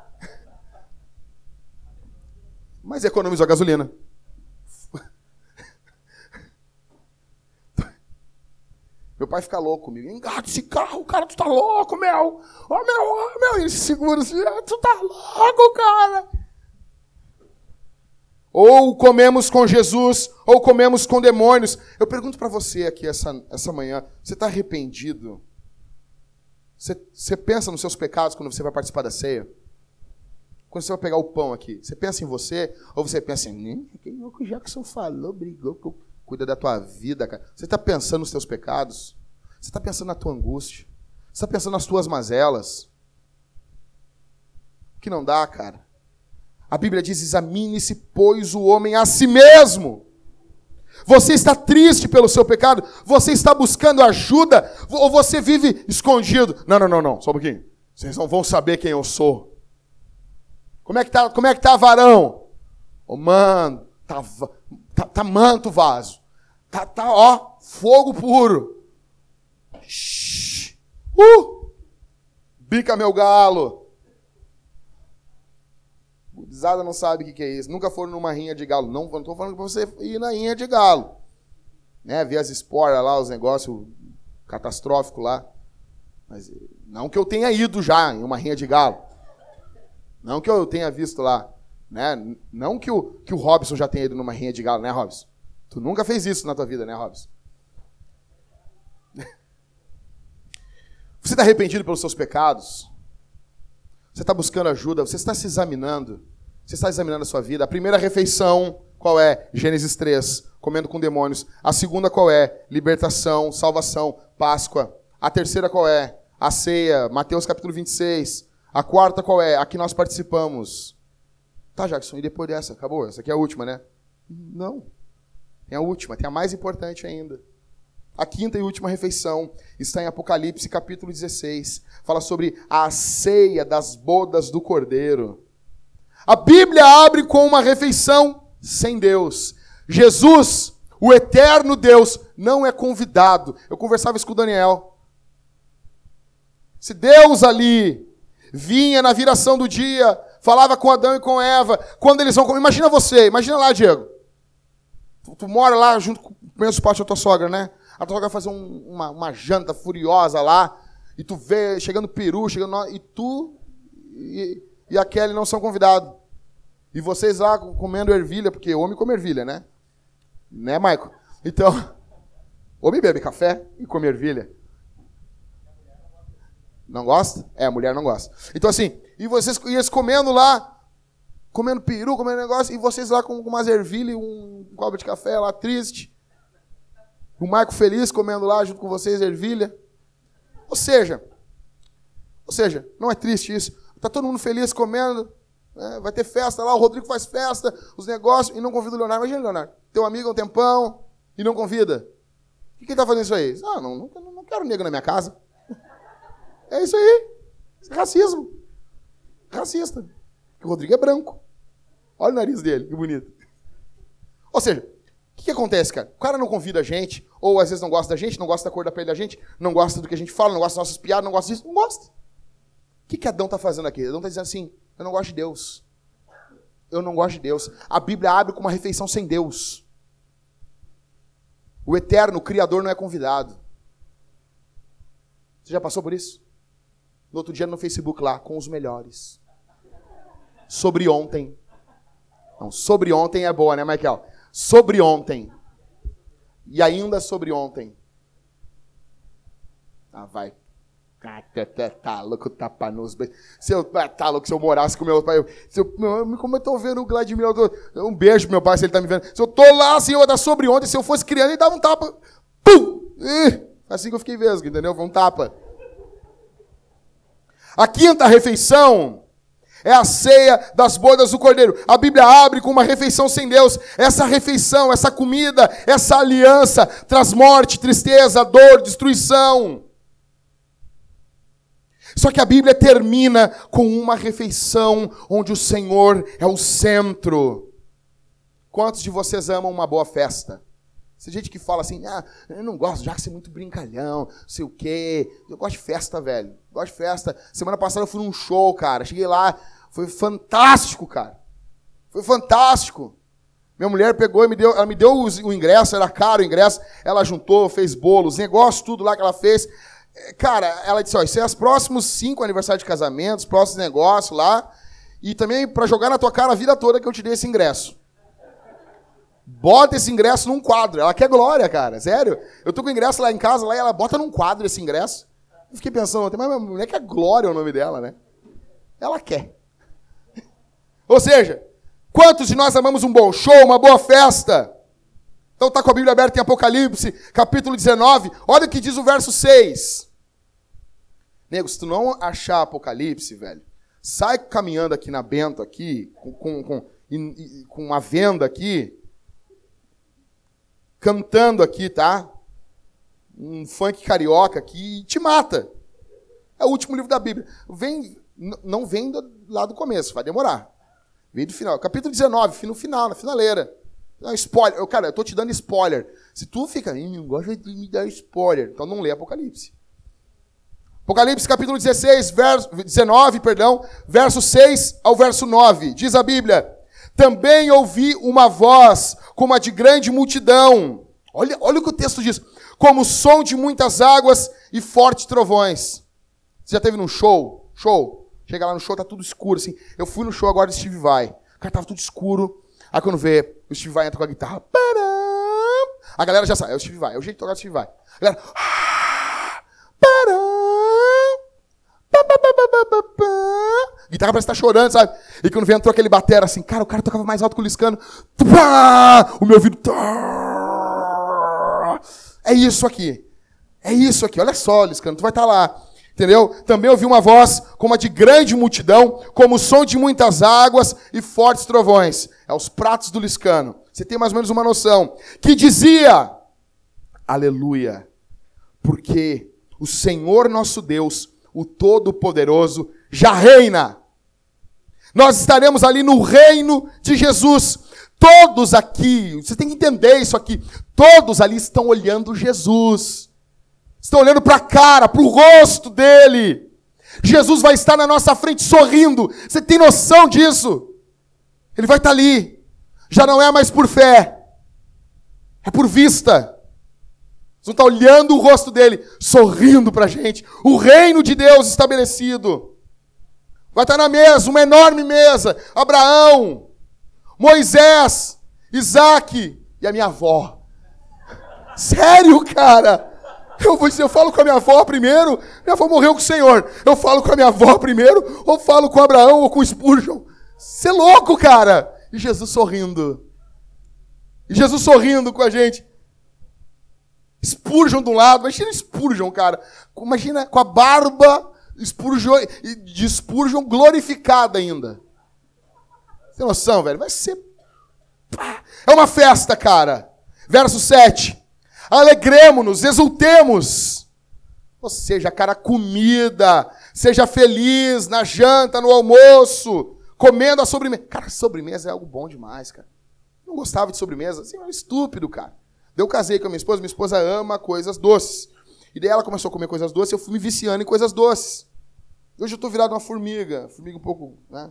Mas economizou a gasolina. Meu pai fica louco comigo. Engata esse carro, cara, tu tá louco, meu. Meu. Ele se segura assim, tu tá louco, cara. Ou comemos com Jesus, ou comemos com demônios. Eu pergunto para você aqui essa manhã, você está arrependido? Você pensa nos seus pecados quando você vai participar da ceia? Quando você vai pegar o pão aqui, você pensa em você? Ou você pensa em, quem é o que o Jackson falou, brigou, cuida da tua vida, cara. Você está pensando nos teus pecados? Você está pensando na tua angústia? Você está pensando nas tuas mazelas? Que não dá, cara. A Bíblia diz, examine-se, pois, o homem a si mesmo. Você está triste pelo seu pecado? Você está buscando ajuda? Ou você vive escondido? Não, só um pouquinho. Vocês não vão saber quem eu sou. Como é que tá, varão? Ô, mano, tá manto o vaso. Ó, fogo puro. Shhh. Bica meu galo. Budizada não sabe o que é isso. Nunca foram numa rinha de galo. Não estou falando para você ir na rinha de galo. Né? Ver as esporas lá, os negócios catastróficos lá. Mas não que eu tenha ido já em uma rinha de galo. Não que eu tenha visto lá. Né? Não que o Robson já tenha ido numa rinha de galo, né, Robson? Tu nunca fez isso na tua vida, né, Robson? Você está arrependido pelos seus pecados? Você está buscando ajuda? Você está se examinando? Você está examinando a sua vida? A primeira refeição, qual é? Gênesis 3, comendo com demônios. A segunda, qual é? Libertação, salvação, Páscoa. A terceira, qual é? A ceia, Mateus capítulo 26. A quarta, qual é? A que nós participamos. Tá, Jackson, e depois dessa? Acabou? Essa aqui é a última, né? Não. Tem a última, tem a mais importante ainda. A quinta e última refeição está em Apocalipse, capítulo 16. Fala sobre a ceia das bodas do Cordeiro. A Bíblia abre com uma refeição sem Deus. Jesus, o eterno Deus, não é convidado. Eu conversava isso com o Daniel. Se Deus ali vinha na viração do dia, falava com Adão e com Eva, quando eles vão comer. Imagina você, imagina lá, Diego. Tu mora lá junto com o primeiro spot da tua sogra, né? A tua sogra vai fazer uma janta furiosa lá, e tu vê, chegando peru, e tu e a Kelly não são convidados. E vocês lá comendo ervilha, porque homem come ervilha, né? Né, Maico? Então, homem bebe café e come ervilha. Não gosta? É, a mulher não gosta. Então assim, e vocês comendo lá, comendo peru, comendo negócio, e vocês lá com umas ervilhas e um copo de café lá, triste. O Marco feliz comendo lá junto com vocês ervilha. Ou seja, não é triste isso? Tá todo mundo feliz comendo, né? Vai ter festa lá, o Rodrigo faz festa, os negócios, e não convida o Leonardo. Imagina, Leonardo, teu amigo há um tempão e não convida. Por que ele tá fazendo isso aí? Ah, não quero negro na minha casa. É isso aí. Racismo. Racista. Porque o Rodrigo é branco. Olha o nariz dele, que bonito. Ou seja, o que acontece, cara? O cara não convida a gente, ou às vezes não gosta da gente, não gosta da cor da pele da gente, não gosta do que a gente fala, não gosta das nossas piadas, não gosta disso, não gosta. O que Adão está fazendo aqui? Adão está dizendo assim, eu não gosto de Deus. Eu não gosto de Deus. A Bíblia abre com uma refeição sem Deus. O eterno, o Criador, não é convidado. Você já passou por isso? No outro dia no Facebook lá, com os melhores. Sobre ontem. Não, sobre ontem é boa, né, Michael? Sobre ontem. E ainda sobre ontem. Ah, vai. Tá louco, tapa nos beijos. Tá louco, se eu morasse com meu pai. Como eu tô vendo o Vladimir, um beijo pro meu pai, se ele tá me vendo. Se eu tô lá, assim, eu ia dar sobre ontem, se eu fosse criança, ele dava um tapa. Pum! Assim que eu fiquei vesgo, entendeu? Foi um tapa. A quinta refeição é a ceia das bodas do Cordeiro. A Bíblia abre com uma refeição sem Deus. Essa refeição, essa comida, essa aliança traz morte, tristeza, dor, destruição. Só que a Bíblia termina com uma refeição onde o Senhor é o centro. Quantos de vocês amam uma boa festa? Tem gente que fala assim, eu não gosto, já que você é muito brincalhão, não sei o quê. Eu gosto de festa, velho. Gosto de festa. Semana passada eu fui num show, cara. Cheguei lá, foi fantástico, cara. Foi fantástico. Minha mulher pegou e ela me deu o ingresso, era caro o ingresso. Ela juntou, fez bolos, negócio, tudo lá que ela fez. Cara, ela disse, isso é os próximos 5 aniversários de casamento, os próximos negócios lá, e também para jogar na tua cara a vida toda que eu te dei esse ingresso. Bota esse ingresso num quadro. Ela quer glória, cara, sério. Eu tô com o ingresso lá em casa, lá, e ela bota num quadro esse ingresso. Eu fiquei pensando, mas minha mulher quer glória é o nome dela, né? Ela quer. Ou seja, quantos de nós amamos um bom show, uma boa festa? Então tá com a Bíblia aberta em Apocalipse, capítulo 19. Olha o que diz o verso 6. Nego, se tu não achar Apocalipse, velho, sai caminhando aqui na Bento, aqui, com uma venda aqui, cantando aqui, tá? Um funk carioca aqui, e te mata. É o último livro da Bíblia. Não vem lá do começo, vai demorar. Vem do final. Capítulo 19, no final, na finaleira. Não, spoiler. Eu tô te dando spoiler. Se tu fica, não gosta de me dar spoiler, então não lê Apocalipse. Apocalipse capítulo 19, verso 6 ao verso 9. Diz a Bíblia, também ouvi uma voz como a de grande multidão. Olha o que o texto diz. Como o som de muitas águas e fortes trovões. Você já teve num show? Chega lá no show, tá tudo escuro, assim. Eu fui no show agora do Steve Vai. O cara tava tudo escuro. Aí quando vê, o Steve Vai entra com a guitarra. A galera já sabe. É o Steve Vai. É o jeito de tocar do Steve Vai. A galera... Guitarra parece que tá chorando, sabe? E quando vem, entrou aquele batera assim. Cara, o cara tocava mais alto que o Liscano. O meu ouvido... É isso aqui. Olha só, Liscano, tu vai estar lá. Entendeu? Também ouvi uma voz como a de grande multidão, como o som de muitas águas e fortes trovões. É os pratos do Liscano. Você tem mais ou menos uma noção. Que dizia, aleluia, porque o Senhor nosso Deus, o Todo-Poderoso, já reina. Nós estaremos ali no reino de Jesus. Todos aqui, você tem que entender isso aqui, todos ali estão olhando Jesus. Estão olhando para a cara, para o rosto dele. Jesus vai estar na nossa frente sorrindo. Você tem noção disso? Ele vai estar ali. Já não é mais por fé. É por vista. Você está olhando o rosto dele, sorrindo para a gente. O reino de Deus estabelecido. Vai estar na mesa, uma enorme mesa. Abraão, Moisés, Isaac e a minha avó. Sério, cara? Eu falo com a minha avó primeiro, minha avó morreu com o Senhor. Eu falo com a minha avó primeiro, ou falo com Abraão ou com Spurgeon. Você é louco, cara! E Jesus sorrindo. Com a gente. Spurgeon do lado, imagina Spurgeon, cara. Imagina com a barba de Spurgeon glorificada ainda. Tem noção, velho? Vai ser... É uma festa, cara. Verso 7. Alegremo-nos, exultemos. Ou seja, cara, comida. Seja feliz na janta, no almoço. Comendo a sobremesa. Cara, sobremesa é algo bom demais, cara. Não gostava de sobremesa. Assim, era estúpido, cara. Eu casei com a minha esposa ama coisas doces. E daí ela começou a comer coisas doces, eu fui me viciando em coisas doces. Hoje eu estou virado uma formiga um pouco, né?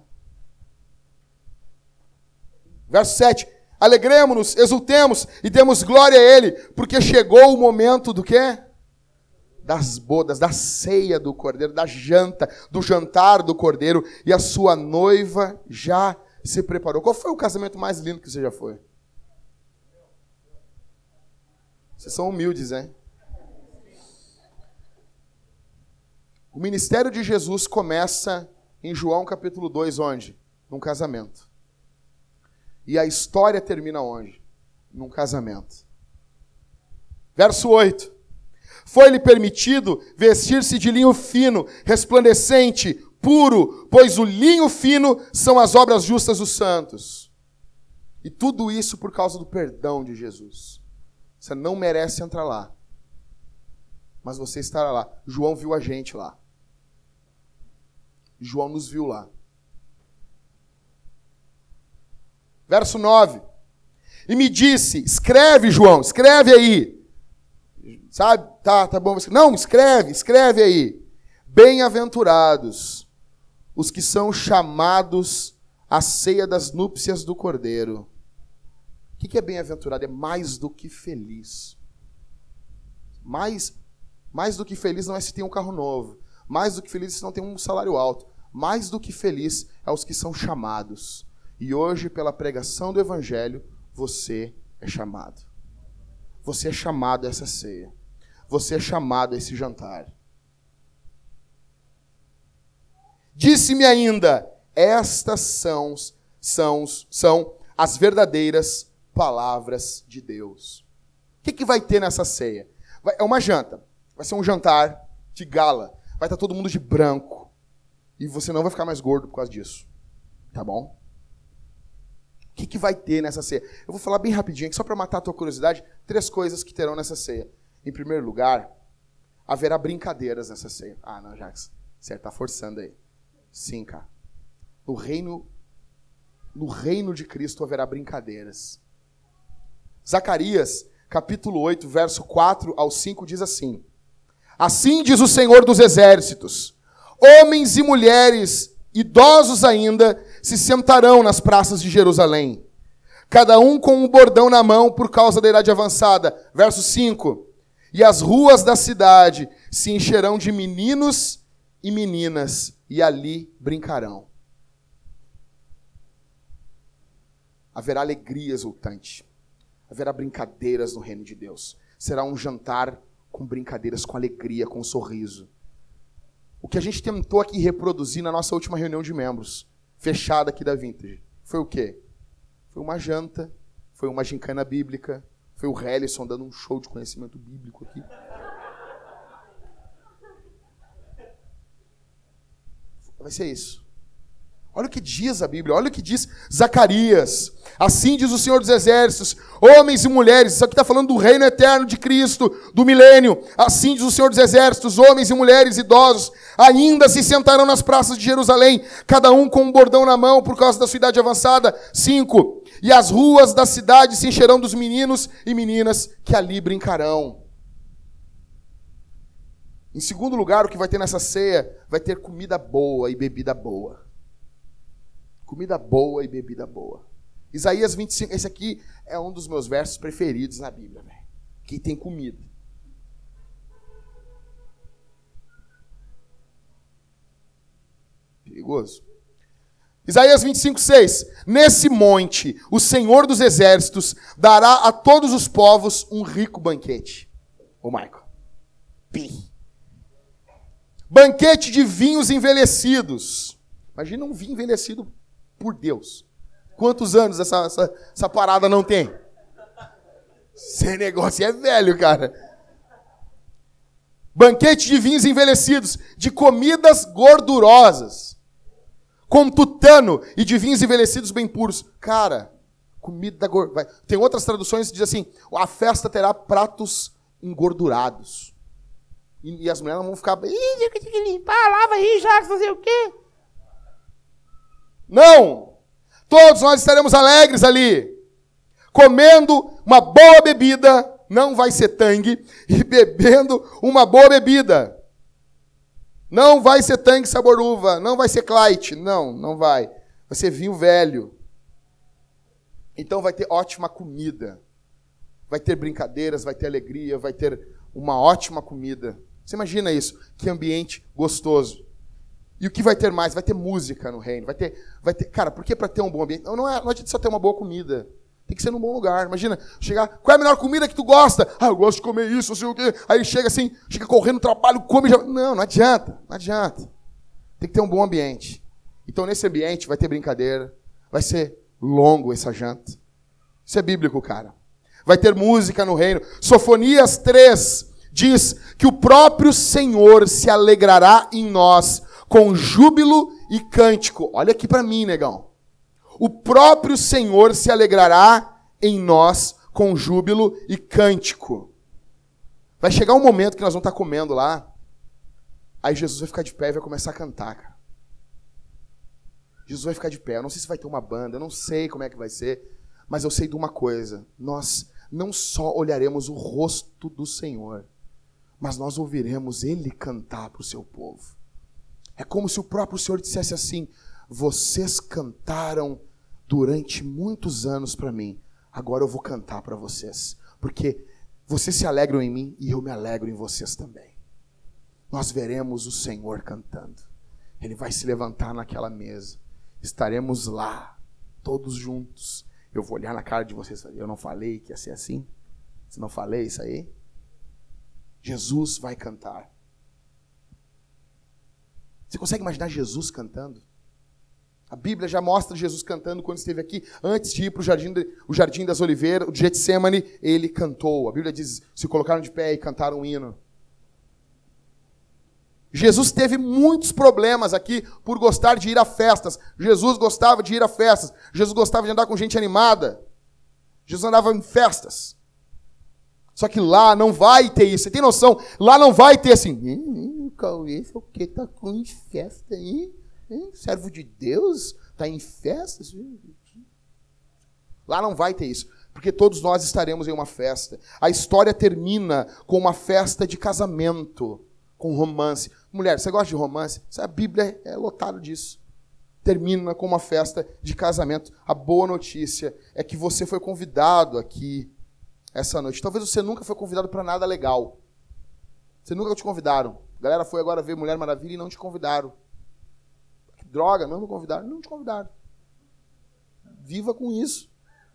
Verso 7. Alegremos-nos, exultemos e demos glória a Ele, porque chegou o momento do quê? Das bodas, da ceia do Cordeiro, da janta, do jantar do Cordeiro, e a sua noiva já se preparou. Qual foi o casamento mais lindo que você já foi? Vocês são humildes, hein? O ministério de Jesus começa em João capítulo 2, onde? Num casamento. E a história termina onde? Num casamento. Verso 8. Foi-lhe permitido vestir-se de linho fino, resplandecente, puro, pois o linho fino são as obras justas dos santos. E tudo isso por causa do perdão de Jesus. Você não merece entrar lá, mas você estará lá. João viu a gente lá. João nos viu lá. Verso 9. E me disse, escreve, João, escreve aí. Sabe? Tá bom. Não, escreve aí. Bem-aventurados os que são chamados à ceia das núpcias do Cordeiro. O que é bem-aventurado? É mais do que feliz. Mais do que feliz não é se tem um carro novo. Mais do que feliz se não tem um salário alto. Mais do que feliz é os que são chamados. E hoje, pela pregação do Evangelho, você é chamado. Você é chamado a essa ceia. Você é chamado a esse jantar. Disse-me ainda, estas são as verdadeiras palavras de Deus. O que vai ter nessa ceia? É uma janta. Vai ser um jantar de gala. Vai estar todo mundo de branco. E você não vai ficar mais gordo por causa disso. Tá bom? O que vai ter nessa ceia? Eu vou falar bem rapidinho, só para matar a tua curiosidade, 3 coisas que terão nessa ceia. Em primeiro lugar, haverá brincadeiras nessa ceia. Ah, não, Jax, você está forçando aí. Sim, cara. No reino de Cristo haverá brincadeiras. Zacarias, capítulo 8, verso 4 ao 5, diz assim. Assim diz o Senhor dos Exércitos, homens e mulheres, idosos ainda, se sentarão nas praças de Jerusalém, cada um com um bordão na mão por causa da idade avançada. Verso 5. E as ruas da cidade se encherão de meninos e meninas, e ali brincarão. Haverá alegria exultante. Haverá brincadeiras no reino de Deus. Será um jantar com brincadeiras, com alegria, com sorriso. O que a gente tentou aqui reproduzir na nossa última reunião de membros, fechada aqui da Vintage, foi o quê? Foi uma janta, foi uma gincana bíblica, foi o Helison dando um show de conhecimento bíblico aqui. Vai ser isso. Olha o que diz a Bíblia, olha o que diz Zacarias. Assim diz o Senhor dos Exércitos, homens e mulheres, isso aqui está falando do reino eterno de Cristo, do milênio. Assim diz o Senhor dos Exércitos, homens e mulheres idosos, ainda se sentarão nas praças de Jerusalém, cada um com um bordão na mão por causa da sua idade avançada. 5. E as ruas da cidade se encherão dos meninos e meninas que ali brincarão. Em segundo lugar, o que vai ter nessa ceia, vai ter comida boa e bebida boa. Comida boa e bebida boa. Isaías 25, esse aqui é um dos meus versos preferidos na Bíblia, velho. Que tem comida. Perigoso. Isaías 25, 6. Nesse monte, o Senhor dos Exércitos dará a todos os povos um rico banquete. Ô, Michael. Banquete de vinhos envelhecidos. Imagina um vinho envelhecido por Deus. Quantos anos essa parada não tem? Esse negócio é velho, cara. Banquete de vinhos envelhecidos, de comidas gordurosas, com tutano e de vinhos envelhecidos bem puros. Cara, comida gordurosa. Tem outras traduções que dizem assim, a festa terá pratos engordurados. E as mulheres não vão ficar... Ih, eu tenho que limpar, lava aí, já, fazer o quê? Não! Todos nós estaremos alegres ali, comendo uma boa bebida, não vai ser tangue, e bebendo uma boa bebida. Não vai ser tangue sabor uva, não vai ser Clyde, não vai. Vai ser vinho velho. Então vai ter ótima comida. Vai ter brincadeiras, vai ter alegria, vai ter uma ótima comida. Você imagina isso? Que ambiente gostoso. E o que vai ter mais? Vai ter música no reino. Vai ter. Cara, porque para ter um bom ambiente? Não adianta só ter uma boa comida. Tem que ser num bom lugar. Imagina, chegar. Qual é a melhor comida que tu gosta? Ah, eu gosto de comer isso, não sei o quê. Aí chega assim, chega correndo no trabalho, come já. Não adianta. Não adianta. Tem que ter um bom ambiente. Então, nesse ambiente, vai ter brincadeira. Vai ser longo essa janta. Isso é bíblico, cara. Vai ter música no reino. Sofonias 3 diz que o próprio Senhor se alegrará em nós com júbilo e cântico. Olha aqui para mim, negão. O próprio Senhor se alegrará em nós com júbilo e cântico. Vai chegar um momento que nós vamos estar comendo lá, aí Jesus vai ficar de pé e vai começar a cantar, cara. Jesus vai ficar de pé. Eu não sei se vai ter uma banda, eu não sei como é que vai ser, mas eu sei de uma coisa. Nós não só olharemos o rosto do Senhor, mas nós ouviremos Ele cantar para o seu povo. É como se o próprio Senhor dissesse assim: vocês cantaram durante muitos anos para mim, agora eu vou cantar para vocês, porque vocês se alegram em mim e eu me alegro em vocês também. Nós veremos o Senhor cantando. Ele vai se levantar naquela mesa. Estaremos lá, todos juntos. Eu vou olhar na cara de vocês e falar: eu não falei que ia ser assim? Se não falei isso aí? Jesus vai cantar. Você consegue imaginar Jesus cantando? A Bíblia já mostra Jesus cantando quando esteve aqui, antes de ir para o Jardim das Oliveiras, o Getsemane, ele cantou. A Bíblia diz, se colocaram de pé e cantaram um hino. Jesus teve muitos problemas aqui por gostar de ir a festas. Jesus gostava de ir a festas. Jesus gostava de andar com gente animada. Jesus andava em festas. Só que lá não vai ter isso. Você tem noção? Lá não vai ter assim. O Cauê, o que tá com festa aí? Servo de Deus? Tá em festas? Lá não vai ter isso. Porque todos nós estaremos em uma festa. A história termina com uma festa de casamento. Com romance. Mulher, você gosta de romance? A Bíblia é lotada disso. Termina com uma festa de casamento. A boa notícia é que você foi convidado aqui essa noite. Talvez você nunca foi convidado para nada legal. Você nunca te convidaram. A galera foi agora ver Mulher Maravilha e não te convidaram. Que droga, não me convidaram. Não te convidaram. Viva com isso.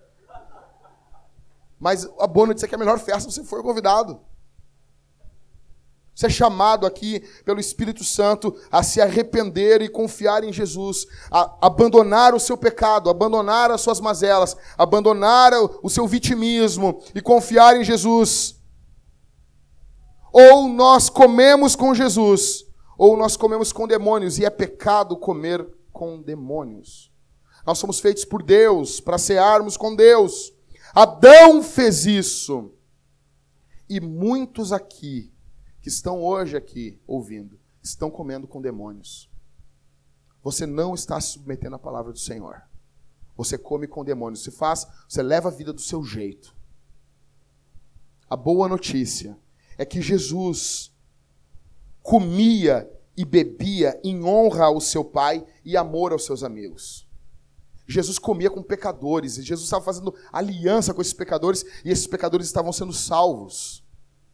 Mas a boa notícia é que a melhor festa você foi convidado. Você é chamado aqui pelo Espírito Santo a se arrepender e confiar em Jesus, a abandonar o seu pecado, abandonar as suas mazelas, abandonar o seu vitimismo e confiar em Jesus. Ou nós comemos com Jesus, ou nós comemos com demônios, e é pecado comer com demônios. Nós somos feitos por Deus, para cearmos com Deus. Adão fez isso. E muitos aqui, que estão hoje aqui ouvindo, estão comendo com demônios. Você não está se submetendo à palavra do Senhor. Você come com demônios. Você leva a vida do seu jeito. A boa notícia é que Jesus comia e bebia em honra ao seu Pai e amor aos seus amigos. Jesus comia com pecadores, e Jesus estava fazendo aliança com esses pecadores, e esses pecadores estavam sendo salvos.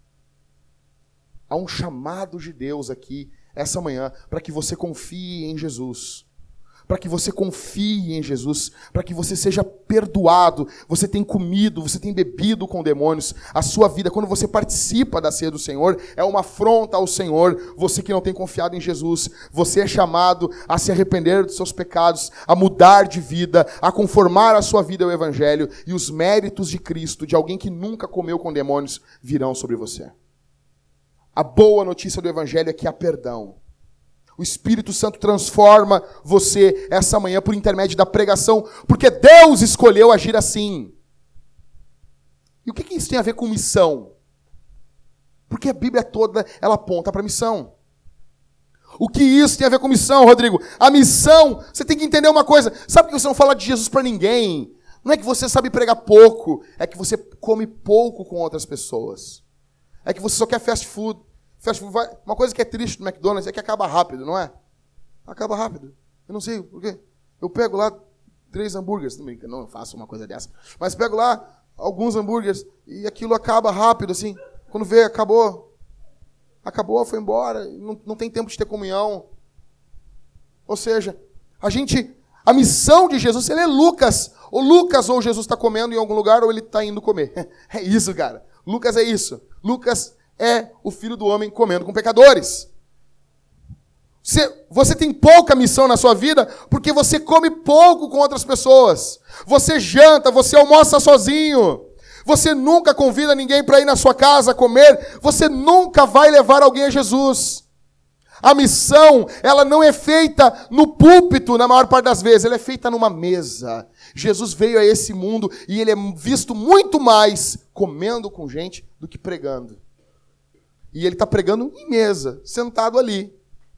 Há um chamado de Deus aqui, essa manhã, para que você confie em Jesus. Para que você confie em Jesus. Para que você seja perdoado. Você tem comido, você tem bebido com demônios. A sua vida, quando você participa da ceia do Senhor, é uma afronta ao Senhor. Você que não tem confiado em Jesus. Você é chamado a se arrepender dos seus pecados, a mudar de vida, a conformar a sua vida ao Evangelho. E os méritos de Cristo, de alguém que nunca comeu com demônios, virão sobre você. A boa notícia do Evangelho é que há perdão. O Espírito Santo transforma você essa manhã por intermédio da pregação, porque Deus escolheu agir assim. E o que isso tem a ver com missão? Porque a Bíblia toda, ela aponta para a missão. O que isso tem a ver com missão, Rodrigo? A missão, você tem que entender uma coisa. Sabe que você não fala de Jesus para ninguém? Não é que você sabe pregar pouco, é que você come pouco com outras pessoas. É que você só quer fast food. Fast food uma coisa que é triste no McDonald's é que acaba rápido, não é? Acaba rápido. Eu não sei por quê. Eu pego lá 3 hambúrgueres. Não faço uma coisa dessa. Mas pego lá alguns hambúrgueres e aquilo acaba rápido, assim. Quando vê, acabou. Acabou, foi embora. Não tem tempo de ter comunhão. Ou seja, a missão de Jesus, ele é Lucas. Ou Jesus está comendo em algum lugar ou ele está indo comer. É isso, cara. Lucas é isso. Lucas é o filho do homem comendo com pecadores. Você tem pouca missão na sua vida porque você come pouco com outras pessoas. Você janta, você almoça sozinho. Você nunca convida ninguém para ir na sua casa comer. Você nunca vai levar alguém a Jesus. A missão, ela não é feita no púlpito, na maior parte das vezes. Ela é feita numa mesa. Jesus veio a esse mundo e ele é visto muito mais comendo com gente do que pregando. E ele está pregando em mesa, sentado ali.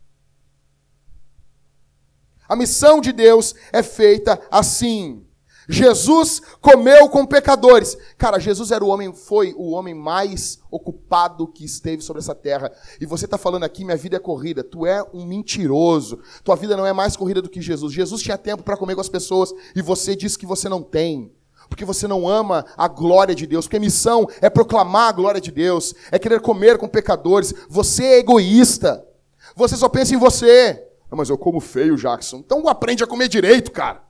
A missão de Deus é feita assim. Jesus comeu com pecadores. Cara, Jesus foi o homem mais ocupado que esteve sobre essa terra. E você está falando aqui, minha vida é corrida. Tu é um mentiroso. Tua vida não é mais corrida do que Jesus. Jesus tinha tempo para comer com as pessoas e você diz que você não tem. Porque você não ama a glória de Deus. Porque a missão é proclamar a glória de Deus. É querer comer com pecadores. Você é egoísta. Você só pensa em você. Não, mas eu como feio, Jackson. Então aprende a comer direito, cara.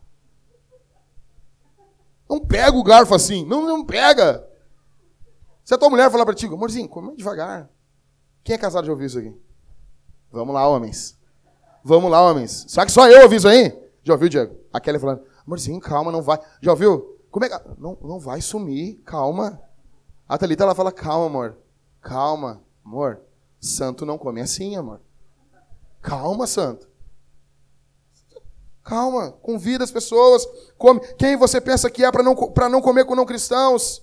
Não pega o garfo assim. Não pega. Se a tua mulher falar para ti, amorzinho, come devagar. Quem é casado já ouviu isso aqui? Vamos lá, homens. Vamos lá, homens. Será que só eu ouvi isso aí? Já ouviu, Diego? A Kelly falando, amorzinho, calma, não vai. Já ouviu? Como é que... Não vai sumir, calma. A Thalita, ela fala, calma, amor. Calma, amor. Santo não come assim, amor. Calma, santo. Calma, convida as pessoas. Come. Quem você pensa que é para não comer com não cristãos?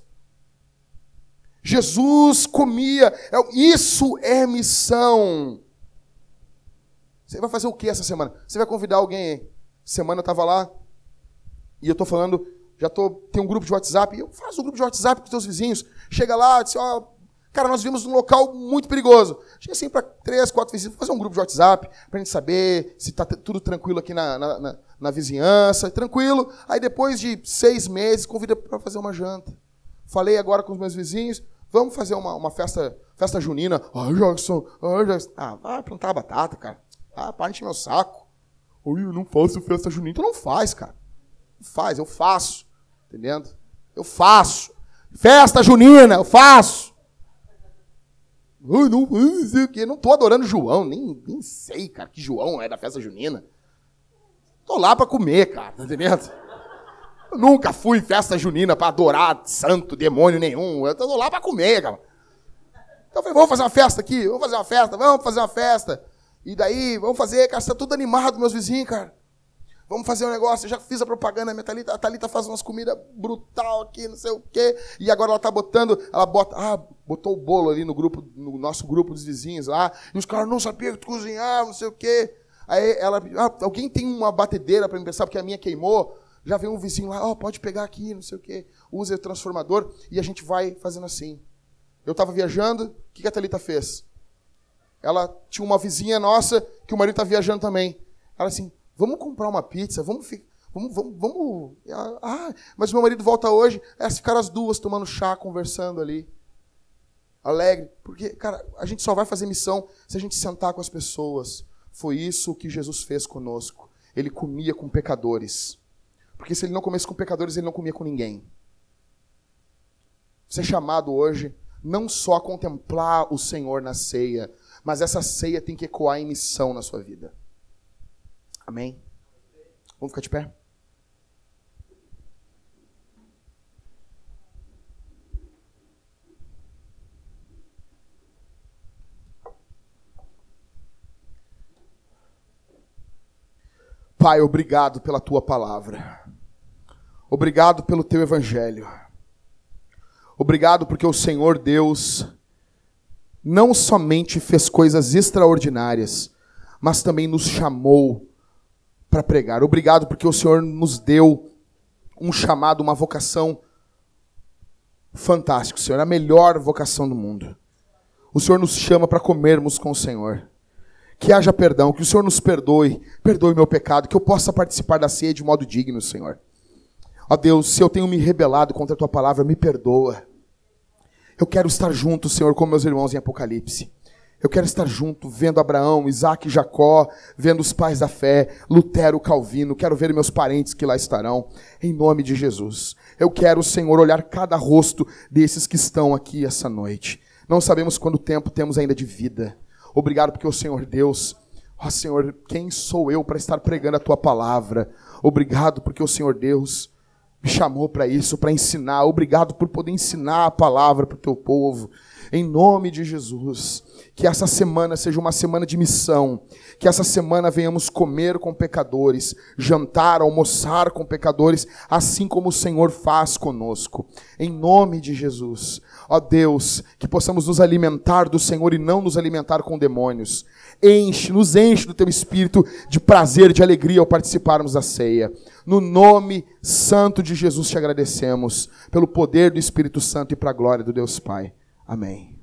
Jesus comia. Isso é missão. Você vai fazer o que essa semana? Você vai convidar alguém. Semana eu estava lá e eu estou falando, tem um grupo de WhatsApp. Eu faço um grupo de WhatsApp com os teus vizinhos. Chega lá, diz, cara, nós vimos num local muito perigoso. Chega assim para 3, 4 vizinhos, vou fazer um grupo de WhatsApp para a gente saber se está tudo tranquilo aqui na vizinhança. Tranquilo. Aí depois de 6 meses, convida para fazer uma janta. Falei agora com os meus vizinhos, vamos fazer uma festa junina. Jackson. Vai plantar batata, cara. Para de encher meu saco. Eu não faço festa junina. Então não faz, cara. Não faz, eu faço. Entendendo? Eu faço. Festa junina, eu faço. Não sei o quê. Não estou adorando João. Nem sei, cara, que João é da festa junina. Estou lá para comer, cara. Tá entendendo? Eu nunca fui em festa junina para adorar santo, demônio nenhum. Eu estou lá para comer, cara. Então eu falei, vamos fazer uma festa aqui? Vamos fazer uma festa. E daí, vamos fazer, cara, você tá tudo animado, meus vizinhos, cara. Vamos fazer um negócio, eu já fiz a propaganda, a Thalita faz umas comidas brutal aqui, não sei o quê. E agora ela tá botou o bolo ali no nosso grupo dos vizinhos lá. E os caras não sabiam que tu cozinhava, não sei o quê. Aí ela, alguém tem uma batedeira para me pensar, porque a minha queimou. Já veio um vizinho lá, pode pegar aqui, não sei o quê. Usa o transformador e a gente vai fazendo assim. Eu tava viajando, o que a Thalita fez? Ela tinha uma vizinha nossa que o marido tá viajando também. Ela assim, vamos comprar uma pizza, vamos. Mas meu marido volta hoje. Elas ficaram as duas tomando chá, conversando ali. Alegre. Porque, cara, a gente só vai fazer missão se a gente sentar com as pessoas. Foi isso que Jesus fez conosco. Ele comia com pecadores. Porque se ele não comesse com pecadores, ele não comia com ninguém. Você é chamado hoje não só a contemplar o Senhor na ceia, mas essa ceia tem que ecoar em missão na sua vida. Amém? Vamos ficar de pé? Pai, obrigado pela tua palavra. Obrigado pelo teu evangelho. Obrigado porque o Senhor Deus não somente fez coisas extraordinárias, mas também nos chamou para pregar. Obrigado porque o Senhor nos deu um chamado, uma vocação fantástica, Senhor, a melhor vocação do mundo. o Senhor nos chama para comermos com o Senhor. Que haja perdão, que o Senhor nos perdoe meu pecado, que eu possa participar da ceia de modo digno, Senhor. Ó Deus, se eu tenho me rebelado contra a Tua palavra, me perdoa. Eu quero estar junto, Senhor, com meus irmãos em Apocalipse. Eu quero estar junto, vendo Abraão, Isaac e Jacó, vendo os pais da fé, Lutero, Calvino, quero ver meus parentes que lá estarão, em nome de Jesus. Eu quero, Senhor, olhar cada rosto desses que estão aqui essa noite. Não sabemos quanto tempo temos ainda de vida. Obrigado porque o Senhor Deus, ó Senhor, quem sou eu para estar pregando a Tua palavra? Obrigado porque o Senhor Deus me chamou para isso, para ensinar. Obrigado por poder ensinar a palavra para o Teu povo. Em nome de Jesus, que essa semana seja uma semana de missão, que essa semana venhamos comer com pecadores, jantar, almoçar com pecadores, assim como o Senhor faz conosco. Em nome de Jesus, ó Deus, que possamos nos alimentar do Senhor e não nos alimentar com demônios. Nos enche do Teu Espírito de prazer, de alegria ao participarmos da ceia. No nome santo de Jesus te agradecemos, pelo poder do Espírito Santo e para a glória do Deus Pai. Amém.